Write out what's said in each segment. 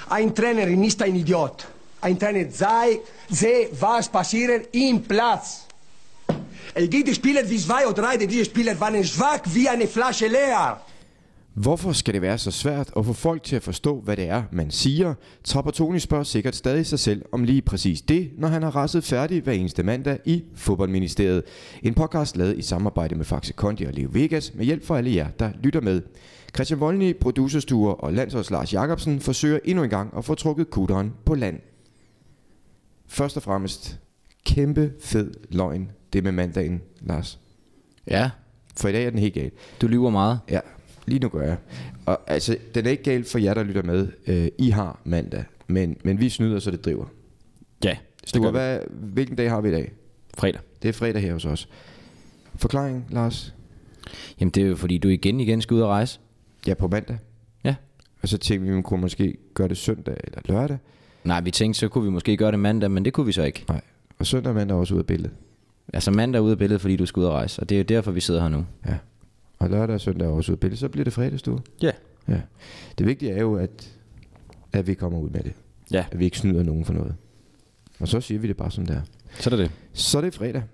Ein Trainer ist ein Idiot. Ein Trainer sehe, was passiert im Platz. Die Spieler, wie 2 oder 3, diese Spieler waren schwach wie eine Flasche leer. Hvorfor skal det være så svært at få folk til at forstå, hvad det er, man siger? Trapattoni spørger sikkert stadig sig selv om lige præcis det, når han har rasset færdig hver eneste mandag i Fodboldministeriet. En podcast lavet i samarbejde med Faxe Kondi og Leo Vegas med hjælp fra alle jer, der lytter med. Christian Voldny, producerstuer og landsholds Lars Jacobsen forsøger endnu en gang at få trukket kutteren på land. Først og fremmest, kæmpe fed løgn, det med mandagen, Lars. Ja. For i dag er den helt galt. Du lyver meget. Ja, lige nu gør jeg. Og altså, den er ikke galt for jer, der lytter med. I har mandag, men vi snyder, så det driver. Ja, hvilken dag har vi i dag? Fredag. Det er fredag her hos os. Forklaring, Lars? Jamen det er jo fordi, du igen skal ud og rejse. Ja, på mandag. Ja. Og så tænkte vi, kunne måske gøre det søndag eller lørdag. Nej, vi tænkte, så kunne vi måske gøre det mandag, men det kunne vi så ikke. Nej, og søndag og mandag er også ude af billedet. Altså mandag er ude af billedet, fordi du skal ud og rejse. Og det er jo derfor, vi sidder her nu. Ja. Og lørdag og søndag er også ude af billedet. Så bliver det fredagsstue. Ja. Ja. Det vigtige er jo, at vi kommer ud med det. Ja. At vi ikke snyder nogen for noget. Og så siger vi det bare som det er. Så er det. Så er det fredag.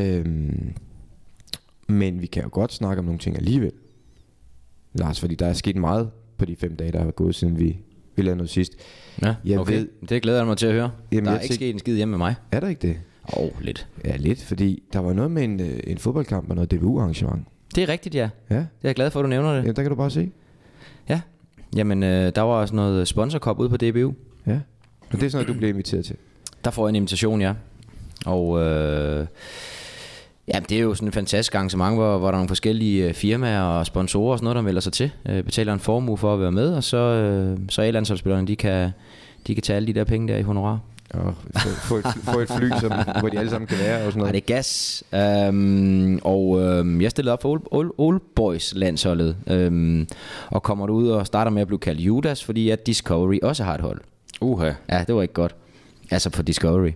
Men vi kan jo godt snakke om nogle ting alligevel, Lars, fordi der er sket meget på de 5 dage, der er gået, siden vi lavede noget sidst. Ja, okay. Det glæder jeg mig til at høre. Jamen, der er ikke sket en skid hjemme med mig. Er der ikke det? Lidt. Ja, lidt, fordi der var noget med en fodboldkamp og noget DBU-arrangement. Det er rigtigt, ja. Ja. Det er jeg glad for, at du nævner det. Ja, der kan du bare se. Ja. Jamen, der var også noget sponsorkop ude på DBU. Ja. Og det er sådan noget, du bliver inviteret til. Der får jeg en invitation, ja. Og ja, det er jo sådan en fantastisk arrangement, hvor der er nogle forskellige firmaer og sponsorer og sådan noget, der melder sig til. Betaler en formue for at være med, og så A-landsholdsspillerne, de kan tage alle de der penge der i honorar. Og få et fly, hvor de alle sammen kan være og sådan noget. Nej, det er gas. Jeg stillede op for Old Boys landsholdet, og kommer ud og starter med at blive kaldt Judas, fordi at Discovery også har et hold. Ja, det var ikke godt. Altså for Discovery.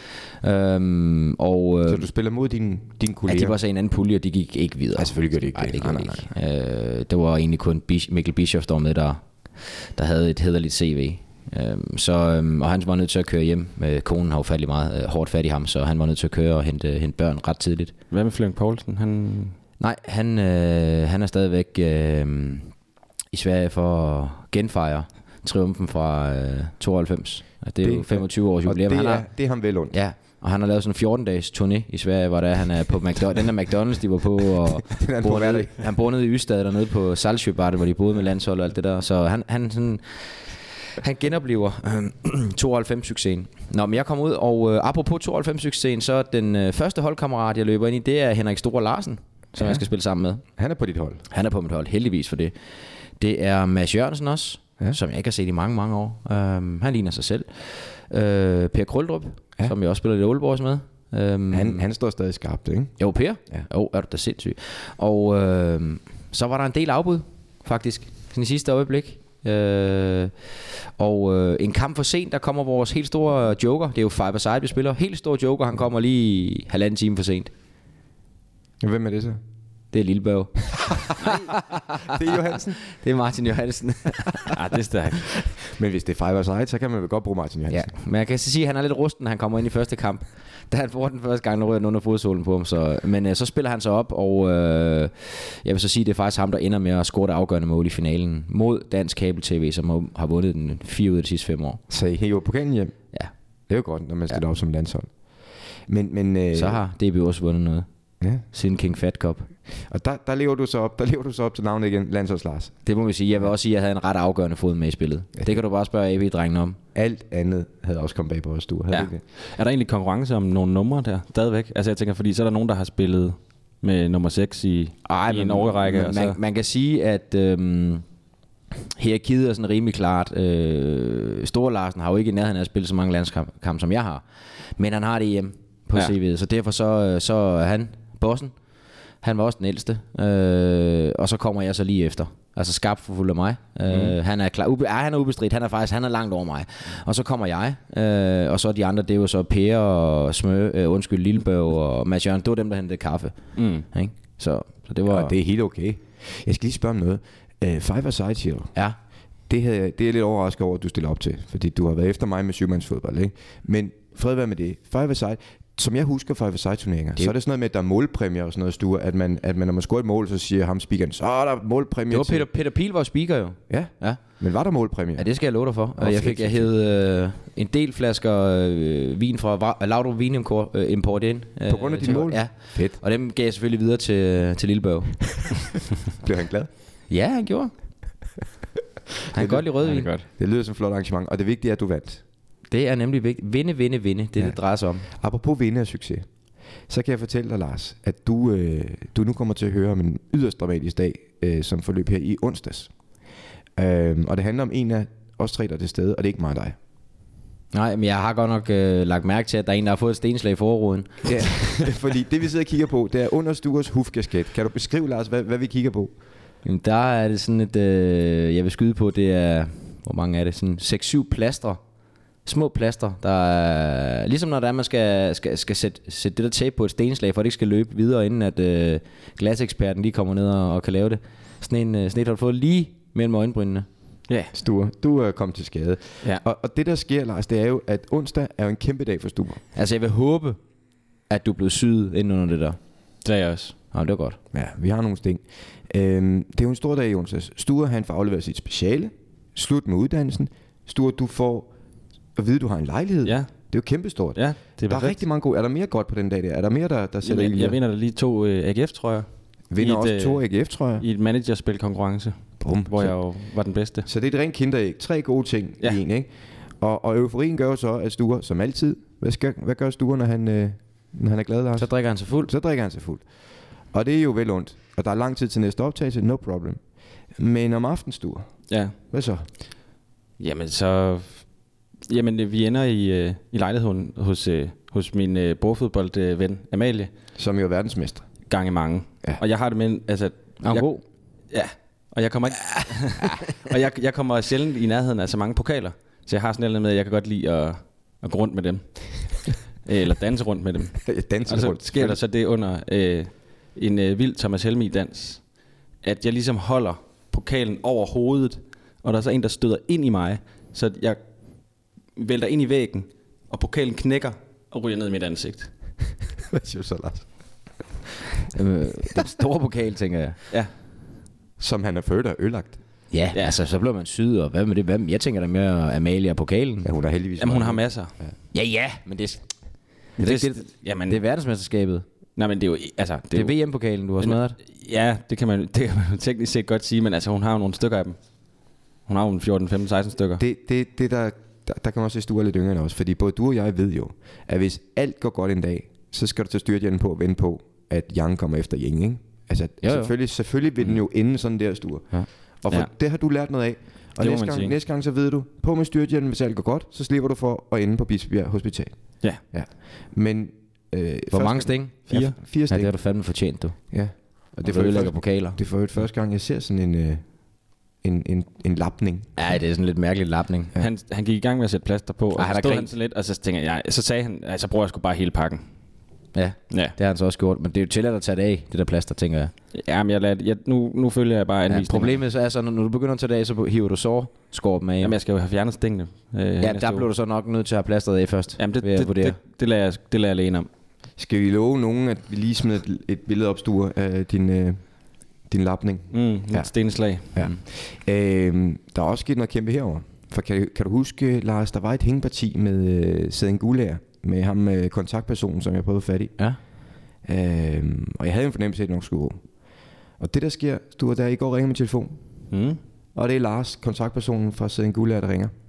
Så du spiller mod dine kolleger? Ja, de var så en anden pulje, og de gik ikke videre. Ja, selvfølgelig gør de ikke det. Nej. Det var egentlig kun Mikkel Bischoff, der var med, der havde et hæderligt CV. Og han var nødt til at køre hjem. Konen har jo faldet meget hårdt fat i ham, så han var nødt til at køre og hente børn ret tidligt. Hvad med Flemming Poulsen? Nej, han er stadigvæk i Sverige for at genfejre triumfen fra 92. Det er jo 25 års jubilæum. Det er ham vel ondt. Ja, og han har lavet sådan en 14-dages turné i Sverige, hvor han er på den der McDonald's, de var på, og han bor nede i Ystad dernede på Saltsjöbadet, hvor de boede med landshold og alt det der. Så han genoplever 92-succesen. Nå, men jeg kommer ud, og apropos 92-succesen, så den første holdkammerat, jeg løber ind i, det er Henrik Store Larsen, som jeg skal spille sammen med. Han er på dit hold? Han er på mit hold, heldigvis for det. Det er Mads Jørgensen også, som jeg ikke har set i mange, mange år. Han ligner sig selv. Per Krøldrup, som jeg også spiller lidt Old Boys med. Han står stadig skarpt, ikke? Jo, Per. Ja. Jo, er du da sindssyg. Og så var der en del afbud, faktisk, sådan i sidste øjeblik. En kamp for sent, der kommer vores helt store joker. Det er jo five-a-side, vi spiller. Helt store joker, han kommer lige 1,5 time for sent. Hvem er det så? Det er Lillebørg. Det er Johansen. Det er Martin Johansen. Det er stærkt. Men hvis det er five-a-side, så kan man vel godt bruge Martin Johansen. Ja, men jeg kan så sige, at han er lidt rusten, når han kommer ind i første kamp. Da han får den første gang, der ryger under fodsålen på ham. Men så spiller han sig op, og jeg vil så sige, at det er faktisk ham, der ender med at score det afgørende mål i finalen mod Dansk Kabel TV, som har vundet den 4 ud af de sidste 5 år. Så I hæver pokalen hjem? Ja. Det er jo godt, når man stiller op som landshold. Men så har DB også vundet noget. Ja. Siden King Fat Cup. Og der lever du så op til navnet igen, landsholds Lars. Det må vi sige. Jeg vil også sige, at jeg havde en ret afgørende fod med i spillet. Ja. Det kan du bare spørge AB-drengene om. Alt andet havde også kommet bag på vores stue. Ja. Er der egentlig konkurrence om nogle numre der stadigvæk? Altså jeg tænker, fordi så er der nogen, der har spillet med nummer 6 i en årrække. Man kan sige, at hierarkiet er sådan rimelig klart. Store Larsen har jo ikke i nærheden af at spille så mange landskampe, som jeg har. Men han har det hjemme på CV'et. Så derfor så er han bossen. Han var også den ældste. Og så kommer jeg så lige efter. Altså skarpt for fuld af mig. Han er klar. Han er ubestridt. Han er langt over mig. Og så kommer jeg. Og så de andre, det er jo så Per og Lillebørg og Mads Jørgen. Det var dem, der hentede kaffe. Ikke? Så det var... Og det er helt okay. Jeg skal lige spørge om noget. Five-a-side, siger du? Ja. Det er jeg lidt overrasket over, at du stiller op til, fordi du har været efter mig med syvmandsfodbold, ikke? Men fred være med det. Five-a-side, som jeg husker five-a-side-turneringer, så er det sådan noget med, at der er målpræmier og sådan noget, Sture, at man når man scorer et mål, så siger ham speakeren, så er der målpræmier. Det var Peter Pihl, var speaker jo. Ja. Men var der målpræmier? Ja, det skal jeg love dig for. Jeg hævede en del flasker vin fra Laudrup Vinimport ind. På grund af dine mål? Ja. Fedt. Og dem gav jeg selvfølgelig videre til Lillebørg. Blev han glad? Ja, han gjorde. Han kan godt lide rødvin. Ja, det lyder som et flot arrangement, og det vigtige er, at du vandt. Det er nemlig vigtigt. Vinde. Det drejer sig om. Apropos vinde og succes, så kan jeg fortælle dig, Lars, at du nu kommer til at høre om en yderst dramatisk dag, som forløb her i onsdags. Og det handler om en af os tre, der er til stede, og det er ikke mig og dig. Nej, men jeg har godt nok lagt mærke til, at der er en, der har fået et stenslag i forruden. Ja, fordi det vi sidder og kigger på, det er under Stures hufkasket. Kan du beskrive, Lars, hvad vi kigger på? Jamen, der er det sådan et, jeg vil skyde på, det er, hvor mange er det? Sådan 6-7 plaster. Små plaster, der er, ligesom når der er, man skal sætte det der tape på et stenslag, for at det ikke skal løbe videre, inden at glaseksperten lige kommer ned og kan lave det. Sådan et har du fået lige mellem øjenbrynene. Ja, Sture, du er kommet til skade. Ja. Og det der sker, Lars, det er jo, at onsdag er jo en kæmpe dag for Sture. Altså jeg vil håbe, at du er blevet syet ind under det der. Det er jeg også. Ja, det var godt. Ja, vi har nogle sting. Det er jo en stor dag i onsdags. Sture, han får afleveret sit speciale. Slut med uddannelsen. Sture, du får at vide, du har en lejlighed. Ja. Det er jo kæmpestort. Ja, det er der perfekt. er rigtig mange gode. Er der mere godt på den dag der? Er der mere, der sætter Jamen, i? jeg vinder da lige 2 AGF, tror jeg. Vinder også 2 AGF, tror jeg. I et managerspil-konkurrence, hvor jeg jo var den bedste. Så det er et rent kinderæg. 3 gode ting i en, ikke? Og euforien gør jo så, at Sture, som altid, hvad gør Sture, når han er glad, Lars? Så drikker han sig fuld. Så drikker han sig fuld. Og det er jo vel ondt. Og der er lang tid til næste optagelse, no problem. Men om aftenen, Sture, Ja. hvad så? Jamen, vi ender i lejligheden hos min bordfodboldven Amalie. Som jo er verdensmester. Gange mange. Ja. Og jeg har det med, altså... Er hun god? Ja. Og jeg kommer ikke... og jeg kommer sjældent i nærheden af så mange pokaler. Så jeg har sådan noget med, at jeg kan godt lide at gå rundt med dem. Eller danse rundt med dem. Og så sker der så det under en vild Thomas Helmig-dans, at jeg ligesom holder pokalen over hovedet, og der er så en, der støder ind i mig, så jeg vælter ind i væggen, og pokalen knækker og ryger ned i mit ansigt. Hvad siger du så, Lars? Den store pokal, tænker jeg. Ja. Som han er født og ødelagt. Ja, altså så bliver man syet, og hvad med det? Jeg tænker da mere Amalie og pokalen. Ja, hun er heldigvis. Jamen, hun har masser. Ja, men det Jamen, det er verdensmesterskabet. Nej, men det er jo... Altså, det er VM-pokalen, du har smadret. Ja, det kan man teknisk set godt sige, men altså, hun har jo nogle stykker af dem. Hun har jo 14, 15, 16 stykker. Der kan man også se, at du er lidt yngre end os, fordi både du og jeg ved jo, at hvis alt går godt en dag, så skal du tage styrthjelmen på og vente på, at Yang kommer efter Ying, ikke? Altså, selvfølgelig vil den jo ende sådan der, Sture. Ja. Og det har du lært noget af. Og næste gang så ved du, på med styrthjelmen, hvis alt går godt, så slipper du for at ende på Bispebjerg Hospital. Ja. Men hvor mange sting? 4 sting. Ja, det har du fandme fortjent, du. Ja. Og det ødelægger pokaler. Det er jo første gang, jeg ser sådan en lapning. Ja, det er sådan lidt mærkelig lapning. Ja. Han gik i gang med at sætte plaster på, og så stod han så lidt, og så tænkte jeg, så sagde han, så bruger jeg sgu bare hele pakken. Ja, det har han så også gjort, men det er jo tilladt at tage det af, det der plaster, tænker jeg. Ja, men nu følger jeg bare anvisninger. Problemet så er så, når du begynder at tage det af, så hiver du skorpen af. Jamen, jeg skal jo have fjernet stingene. Der bliver du så nok nødt til at have plasteret af først. Jamen, det lader jeg alene om. Skal vi love nogen, at vi lige smider et billede op, Sture, af din lapning? Et stenslag. Ja. Der er også sket noget kæmpe herover. For kan du huske, Lars, der var et hængeparti med Sæden Gulær, med ham med kontaktpersonen, som jeg prøvede at fat i. Ja. Og jeg havde en fornemmelse af, at det nok skulle gå. Og det der sker, Sture, der i går ringer min telefon. Og det er Lars, kontaktpersonen fra Sæden Gulær, der ringer.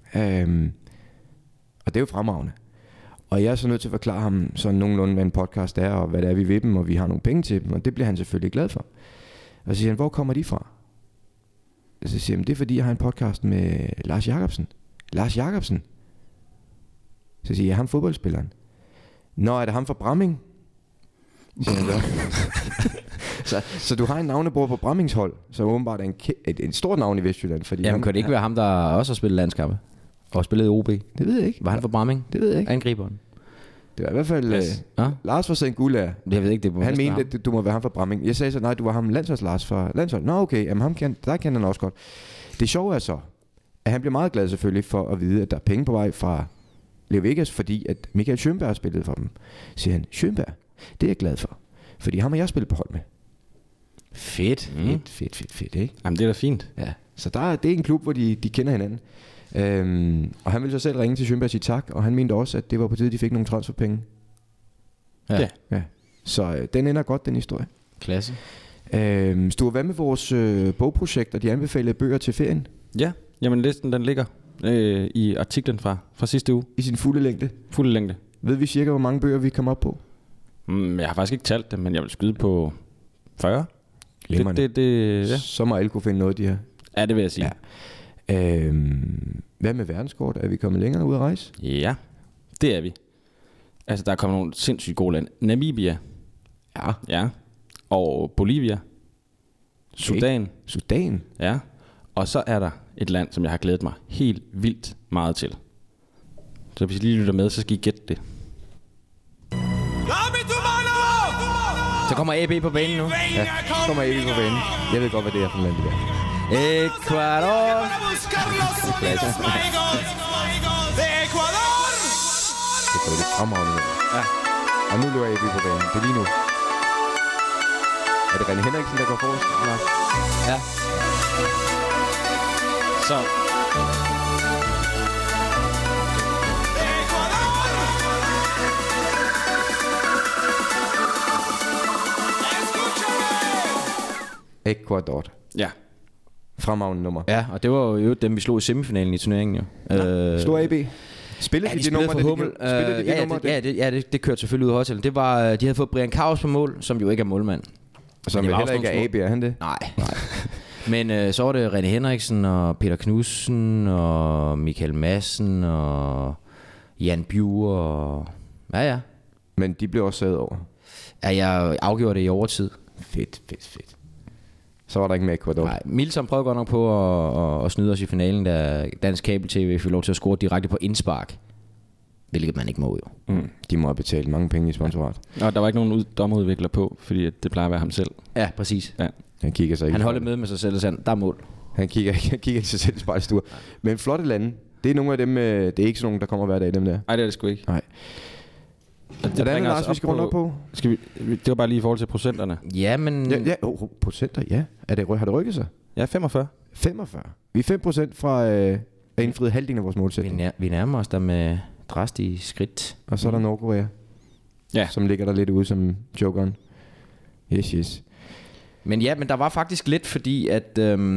Og det er jo fremragende. Og jeg er så nødt til at forklare ham sådan nogenlunde, hvad en podcast er, og hvad det er, vi vil dem, og vi har nogle penge til dem, og det bliver han selvfølgelig glad for. Og så siger han, hvor kommer de fra? Og så siger han, det er fordi, jeg har en podcast med Lars Jacobsen. Lars Jacobsen? Så siger jeg, ham fodboldspilleren. Nå, er det ham fra Bramming? Siger han så. så du har en navnebror på Brammings hold, som åbenbart er et stort navn i Vestjylland. Fordi jamen, kan det ikke være ham, der også har spillet landskampe? Og spillet i OB? Det ved jeg ikke. Var han fra Bramming? Det ved jeg ikke. Angriberen? Det var i hvert fald Lars fra Sæden Gulær. Jeg ved ikke, det han mente, at du må være ham fra Bramming. Jeg sagde så, nej, du var ham landsholds Lars fra landshold. Nå, okay, jamen, der kender han også godt. Det sjove er så, han bliver meget glad selvfølgelig for at vide, at der er penge på vej fra Leo Vegas, fordi at Michael Schönberg har spillet for dem. Siger han, Schönberg, det er jeg glad for, fordi ham har jeg spillet på hold med. Fedt, ikke? Jamen, det er da fint. Ja, så det er en klub, hvor de kender hinanden. Og han ville så selv ringe til Schönberg og sige tak, og han mente også, at det var på tide, de fik nogle transferpenge. Ja. Så den ender godt, den historie. Klasse. Sture, hvad med vores bogprojekt og de anbefalede bøger til ferien? Ja, jamen listen den ligger i artiklen fra sidste uge. I sin fulde længde? Fulde længde. Ved vi cirka, hvor mange bøger vi kommer op på? Jeg har faktisk ikke talt det, men jeg vil skyde på 40. Ja. Så må alle kunne finde noget, de her. Ja, det vil jeg sige. Ja. Hvad med verdenskort? Er vi kommet længere ud at rejse? Ja, det er vi. Altså, der er kommet nogle sindssygt gode lande. Namibia. Ja. Og Bolivia. Sudan. Ja. Og så er der et land, som jeg har glædet mig helt vildt meget til. Så hvis I lige lytter med, så skal I gætte det. Så kommer AB på banen nu. Ja, så kommer AB på banen. Jeg ved godt, hvad det er for land, det der. Ecuador. Det er lidt fremragende. Ja. Og nu løber AB på banen. Det er lige nu. Er det René Henriksen, der går forrest? Ja. Så. Ecuador. Ja. Fremragende nummer. Ja, og det var jo dem, vi slog i semifinalen i turneringen jo. Slog AB. Spillede de nummer, for Hummel. Det kørte selvfølgelig ud af hotellen. Det var, de havde fået Brian Kaus på mål, som jo ikke er målmand. Som heller ikke er AB, er han det? Nej. Men så var det René Henriksen og Peter Knudsen og Michael Madsen og Jan Bjure og... Ja. Men de blev også saget over. Ja, jeg afgjorde det i overtid. Fedt. Så var der ikke med Ecuador. Nej, Milton prøvede godt nok på at snyde os i finalen, da Dansk Kabel TV fik lov til at score direkte på indspark. Hvilket man ikke må jo. De må have betalt mange penge i sponsorat. Og der var ikke nogen dommerudvikler på, fordi det plejer at være ham selv. Ja, præcis. Ja. Han kigger sig ikke. Han holder med sig selv og siger, der er mål. Han kigger ikke sig selv i spejlsture. Men flotte lande. Det er nogle af dem, det er ikke sådan nogen, der kommer hver dag, dem der. Nej, det er det sgu ikke. Nej. Det er Lars, vi skal rundt op på? Det var bare lige i forhold til procenterne. Ja, men... Ja, procenter, ja. Har det rykket sig? Ja, 45. 45. Vi er 5% fra at indfriet halvdelen af vores målsætning. Vi nærmer os der med drastige skridt. Og så er der Nordkorea, som ligger der lidt ude som jokeren. Yes. Men der var faktisk lidt, fordi at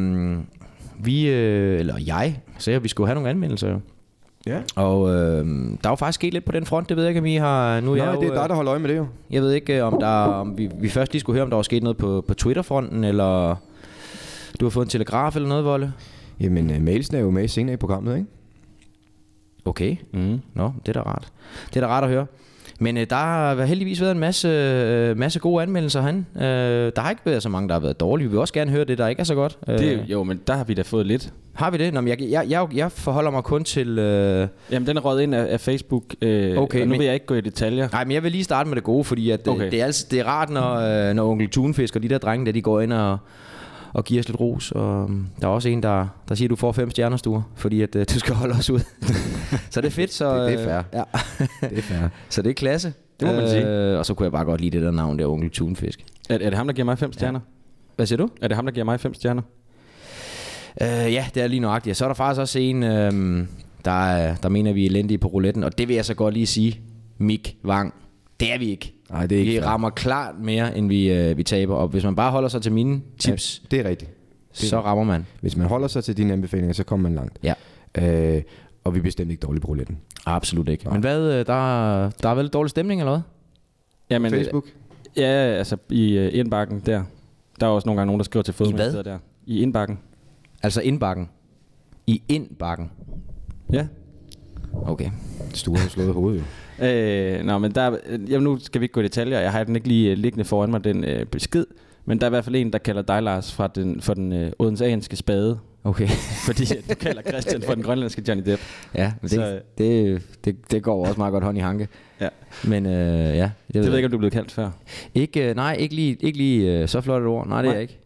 jeg sagde, at vi skulle have nogle anmeldelser. Ja. Og der er jo faktisk sket lidt på den front. Det ved jeg ikke, om I har... Nej, det er dig, der holder øje med det jo. Jeg ved ikke, om vi først lige skulle høre, om der var sket noget på Twitter-fronten, eller du har fået en telegraf eller noget, Volle? Jamen, mailsen er jo med senere i programmet, ikke? Okay. Nå, det er da rart. Det er da rart at høre. Men der har heldigvis været en masse gode anmeldelser herinde. Der har ikke været så mange, der har været dårlige. Vi vil også gerne høre det, der ikke er så godt. Jo, men der har vi da fået lidt. Har vi det? Nå, men jeg forholder mig kun til... Jamen, den er røget ind af Facebook. Okay, nu vil jeg ikke gå i detaljer. Nej, men jeg vil lige starte med det gode, fordi at, det er rart, når onkel Thunfisk og de der drenge, der de går ind og giver os lidt ros. Og der er også en, der siger, at du får 5 stjerner, Sture, fordi at du skal holde os ud. Så det er fedt. Så, det er fair. Ja. Det er fair. Så det er klasse. Det må man sige. Og så kunne jeg bare godt lide det der navn der, onkel Thunfisk. Er det ham, der giver mig 5 stjerner? Hvad siger du? Er det ham, der giver mig 5 stjerner? Ja, det er lige nøjagtigt. Så er der faktisk også en, der mener, vi er elendige på rouletten. Og det vil jeg så godt lige sige. Mik Wang. Det er vi ikke. Nej, det er ikke. Vi rammer klart mere, end vi taber. Og hvis man bare holder sig til mine tips, det er rigtigt. Så rammer man. Hvis man holder sig til dine anbefalinger, så kommer man langt. Ja. Og vi er bestemt ikke dårlige på rouletten. Absolut ikke. Men hvad, der er vel dårlig stemning, eller hvad? Jamen, Facebook? Ja, altså i indbakken der. Der er også nogle gange nogen, der skriver til fodboldministeriet der. I indbakken. Altså indbakken? I indbakken? Ja. Okay. Sture har slået hovedet jo. Men jamen nu skal vi ikke gå i detaljer. Jeg har den ikke lige liggende foran mig, den besked. Men der er i hvert fald en, der kalder dig, Lars, for den odenseanske spade. Okay. Fordi du kalder Christian for den grønlandske Johnny Depp. Ja, men det går også meget godt hånd i hanke. Ja. Men ja. Det ved jeg ikke, om du er blevet kaldt før. Ikke lige så flot et ord. Nej, det er jeg ikke. Nej.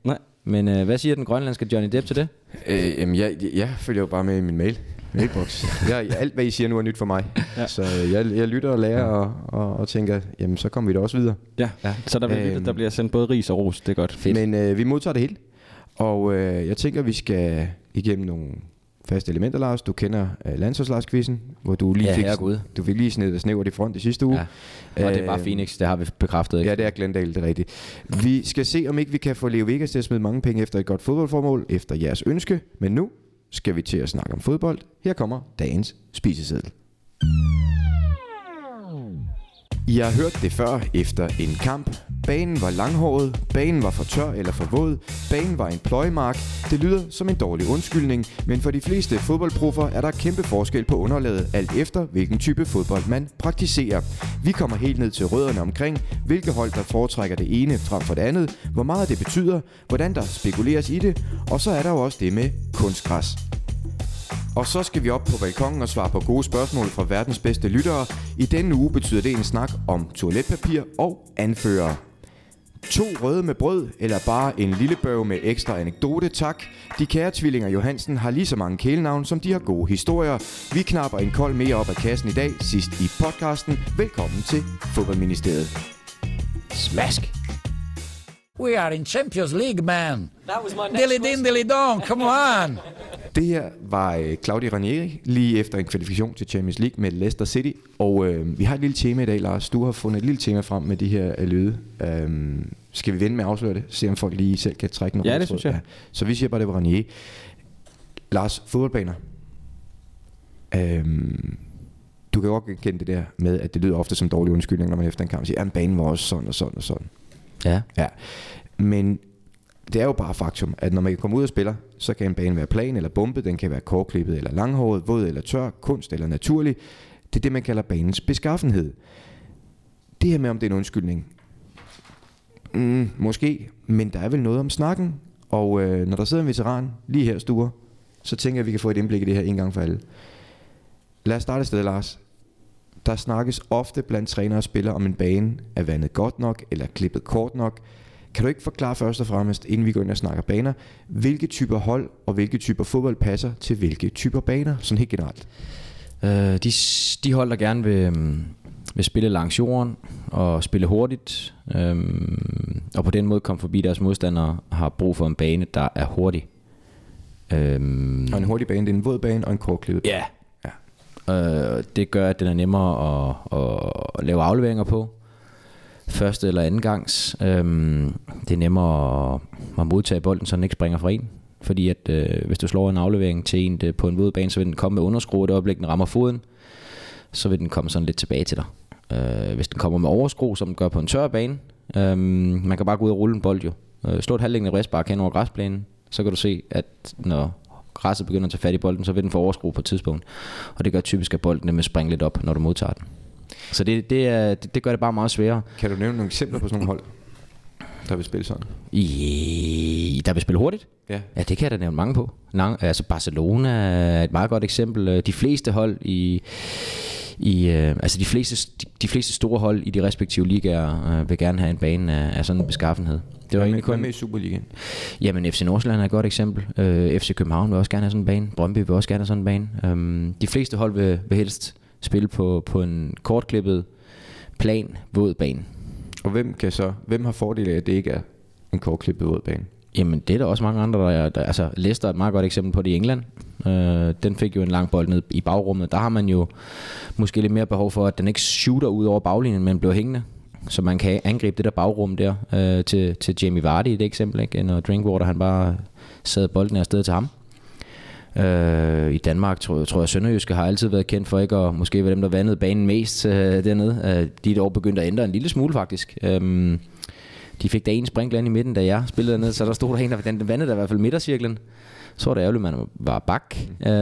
Men hvad siger den grønlandske Johnny Depp til det? Jamen, jeg følger jo bare med i min mailbox. Alt hvad I siger nu er nyt for mig. Ja. Så jeg lytter og lærer og tænker, jamen så kommer vi da også videre. Ja. Så der bliver sendt både ris og ros. Det er godt. Fedt. Men vi modtager det hele. Og jeg tænker, vi skal igennem nogle faste elementer, Lars. Du kender landsholdslagskvisten, hvor du lige fik lige snævret i front i sidste uge. Ja. Og det var Phoenix, det har vi bekræftet. Ikke? Ja, det er Glendale, det er rigtigt. Vi skal se, om ikke vi kan få Leo Vegas til at smide mange penge efter et godt fodboldformål, efter jeres ønske. Men nu skal vi til at snakke om fodbold. Her kommer dagens spiseseddel. I har hørt det før efter en kamp. Banen var langhåret, banen var for tør eller for våd, banen var en pløjemark. Det lyder som en dårlig undskyldning, men for de fleste fodboldproffer er der kæmpe forskel på underlaget, alt efter hvilken type fodbold man praktiserer. Vi kommer helt ned til rødderne omkring, hvilke hold der foretrækker det ene frem for det andet, hvor meget det betyder, hvordan der spekuleres i det, og så er der jo også det med kunstgræs. Og så skal vi op på balkongen og svare på gode spørgsmål fra verdens bedste lyttere. I denne uge betyder det en snak om toiletpapir og anfører. 2 røde med brød, eller bare en lille bøv med ekstra anekdote, tak. De kære tvillinger Johansen har lige så mange kælenavn, som de har gode historier. Vi knapper en kold mere op af kassen i dag, sidst i podcasten. Velkommen til Fodboldministeriet. Smask! We are in Champions League, man. Dilly dong, come on. Det her var Claudio Ranieri lige efter en kvalifikation til Champions League med Leicester City. Og vi har et lille tema i dag, Lars. Du har fundet et lille tema frem med de her lyde. Skal vi vende med at afsløre det? Se om folk lige selv kan trække noget. Ja, det synes jeg. Ja. Så vi siger bare, det var Ranieri. Lars, fodboldbaner. Du kan jo godt genkende det der med, at det lyder ofte som dårlig undskyldning, når man efter en kamp siger, at banen var også sådan og sådan og sådan. Ja. Men det er jo bare faktum, at når man kan komme ud og spiller, så kan en bane være plan eller bombe, den kan være kortklippet eller langhåret, våd eller tør, kunst eller naturlig. Det er det, man kalder banens beskaffenhed. Det her med, om det er en undskyldning. Måske, men der er vel noget om snakken. Og når der sidder en veteran lige her stuer, så tænker jeg, at vi kan få et indblik i det her en gang for alle. Lad os starte et sted, Lars. Der snakkes ofte blandt trænere og spillere om en bane er vandet godt nok eller klippet kort nok. Kan du ikke forklare først og fremmest, inden vi går ind og snakker baner, hvilke typer hold og hvilke typer fodbold passer til hvilke typer baner, sådan helt generelt? De hold, der gerne vil spille langs jorden og spille hurtigt, og på den måde komme forbi deres modstandere, har brug for en bane, der er hurtig. Og en hurtig bane, det er en våd bane og en kortklippet bane. Ja. Det gør, at den er nemmere at lave afleveringer på. Første eller anden gangs. Det er nemmere at modtage bolden, så den ikke springer fra en. Fordi at hvis du slår en aflevering til en på en våd bane, så vil den komme med underskru, og det øjeblik den rammer foden, så vil den komme sådan lidt tilbage til dig. Hvis den kommer med overskru, som den gør på en tør bane, man kan bare gå ud og rulle en bold jo. Slå et halvlængde restbark hen over græsplænen, så kan du se, at når græsset begynder at tage fat i bolden, så vil den få overskru på et tidspunkt. Og det gør typisk, at bolden vil springe lidt op, når du modtager den. Så det gør det bare meget sværere. Kan du nævne nogle eksempler på sådan nogle hold, der vil spille sådan? Der vil spille hurtigt? Ja, det kan jeg da nævne mange på. Altså Barcelona er et meget godt eksempel. De fleste hold altså de fleste store hold i de respektive ligaer vil gerne have en bane af sådan en beskaffenhed. Det var egentlig kun med i Superligaen. Jamen FC Nordsjælland er et godt eksempel. FC København vil også gerne have sådan en bane. Brøndby vil også gerne have sådan en bane. De fleste hold vil helst spille på en kortklippet, plan, våd bane. Og hvem har fordel af, at det ikke er en kortklippet våd bane? Jamen det er der også mange andre, altså Leicester er et meget godt eksempel på det i England. Den fik jo en lang bold ned i bagrummet. Der har man jo måske lidt mere behov for, at den ikke shooter ud over baglinjen, men bliver hængende. Så man kan angribe det der bagrum der til Jamie Vardy i det eksempel, ikke? Når Drinkwater han bare sad bolden afsted til ham. I Danmark tror jeg Sønderjyske har altid været kendt for ikke at måske være dem der vandede banen mest dernede. De er dog begyndt at ændre en lille smule faktisk. De fik da en sprinkler i midten, da jeg spillede dernede, så der stod der en, der vandede der i hvert fald midtercirklen. Så var det ærgerligt, man var bak.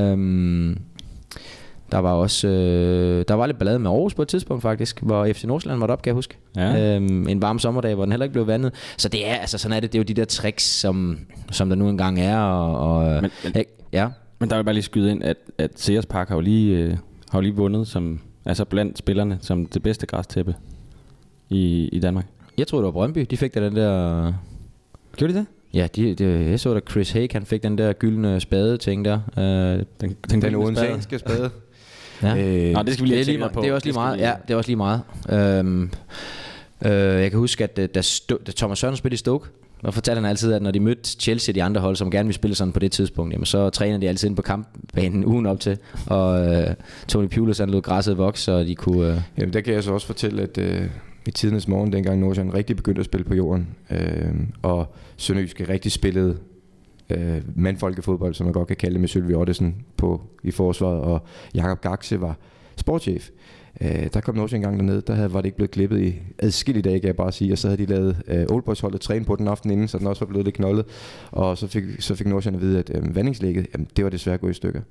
Der var også der var lidt ballade med Aarhus på et tidspunkt faktisk, hvor FC Nordsjælland var op, kan jeg huske. Ja. En varm sommerdag, hvor den heller ikke blev vandet. Så det er altså sådan er det. Det er jo de der tricks, som der nu engang er. Men der vil bare lige skyde ind, at Sears Park har jo lige vundet som altså blandt spillerne som det bedste græstæppe i Danmark. Jeg tror det var Brøndby. De fik da den der. Gjorde de det? Ja, jeg så da Chris Haig, han fik den der gyldne spade ting der. Den odenseanske spade. Ja. Nå, det skal vi lige det er også lige meget. Ja, det er også lige meget. Jeg kan huske, at da Thomas Sørensen spillede i Stoke, og fortalte han altid, at når de mødte Chelsea, de andre hold, som gerne ville spille sådan på det tidspunkt, jamen, så træner de altid ind på kampbanen ugen op til. Og Tony Pulis, han lod græsset vokse, så de kunne... Jamen, der kan jeg så også fortælle, at i tidernes morgen, dengang Nordsjælland rigtig begyndte at spille på jorden, og Sønderjyske rigtig spillede mandfolkefodbold, som man godt kan kalde det, med Sølvi Ottesen i forsvaret, og Jakob Gaxe var sportschef. Der kom Nordsjælland en gang dernede, var det ikke blevet klippet i adskillige dage, kan jeg bare sige, og så havde de lavet Old Boys holdet træne på den aften inden, så den også var blevet lidt knoldet, og så fik Nordsjælland at vide, at vandingslægget, det var desværre gået i stykker.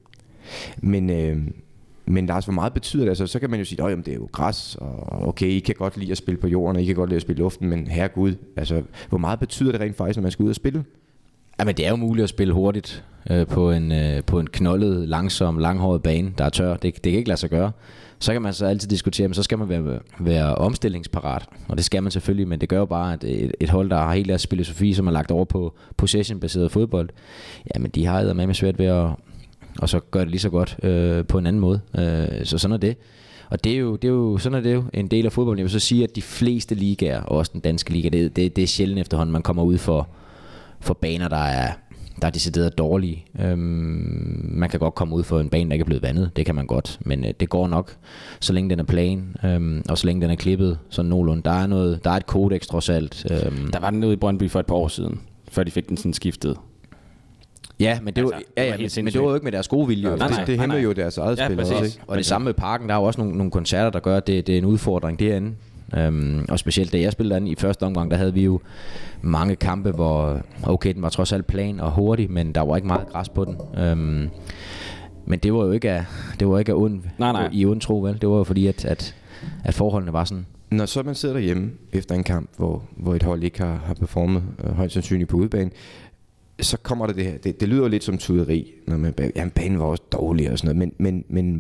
Men Lars, hvor meget betyder det? Altså, så kan man jo sige, at det er jo græs, og okay, I kan godt lide at spille på jorden, og I kan godt lide at spille i luften, men herregud, altså, hvor meget betyder det rent faktisk, når man skal ud og spille? Jamen, det er jo muligt at spille hurtigt på en knoldet, langsom, langhåret bane, der er tør. Det kan ikke lade sig gøre. Så kan man så altid diskutere, men så skal man være omstillingsparat, og det skal man selvfølgelig, men det gør jo bare, at et hold, der har helt deres filosofi, som er lagt over på possession-baseret fodbold, jamen de har med svært ved at og så gør det lige så godt på en anden måde. Så sådan er det. Og det er jo sådan er det jo en del af fodbolden. Jeg vil så sige, at de fleste ligaer, og også den danske liga, det er sjældent efterhånden, man kommer ud for baner, der er decideret dårlige. Man kan godt komme ud for en bane, der ikke er blevet vandet. Det kan man godt, men det går nok, så længe den er plan, og så længe den er klippet sådan nogenlunde. Der er et kodex trods alt. Der var den ude i Brøndby for et par år siden, før de fik den sådan skiftet. Ja, men det var jo ikke med deres gode vilje. Det hæmmer jo deres eget spil også, ikke? Og det samme med Parken, der er jo også nogle koncerter, der gør, at det er en udfordring derinde. Og specielt da jeg spillede derinde i første omgang, der havde vi jo mange kampe, hvor okay, den var trods alt plan og hurtig, men der var ikke meget græs på den. Men det var jo ikke af i ond tro, vel? Det var jo fordi, at forholdene var sådan. Når så man sidder derhjemme efter en kamp, hvor et hold ikke har performet højst sandsynligt på udebane, så kommer der det her. Det lyder jo lidt som tuderi, når man banen var også dårlig og sådan noget, men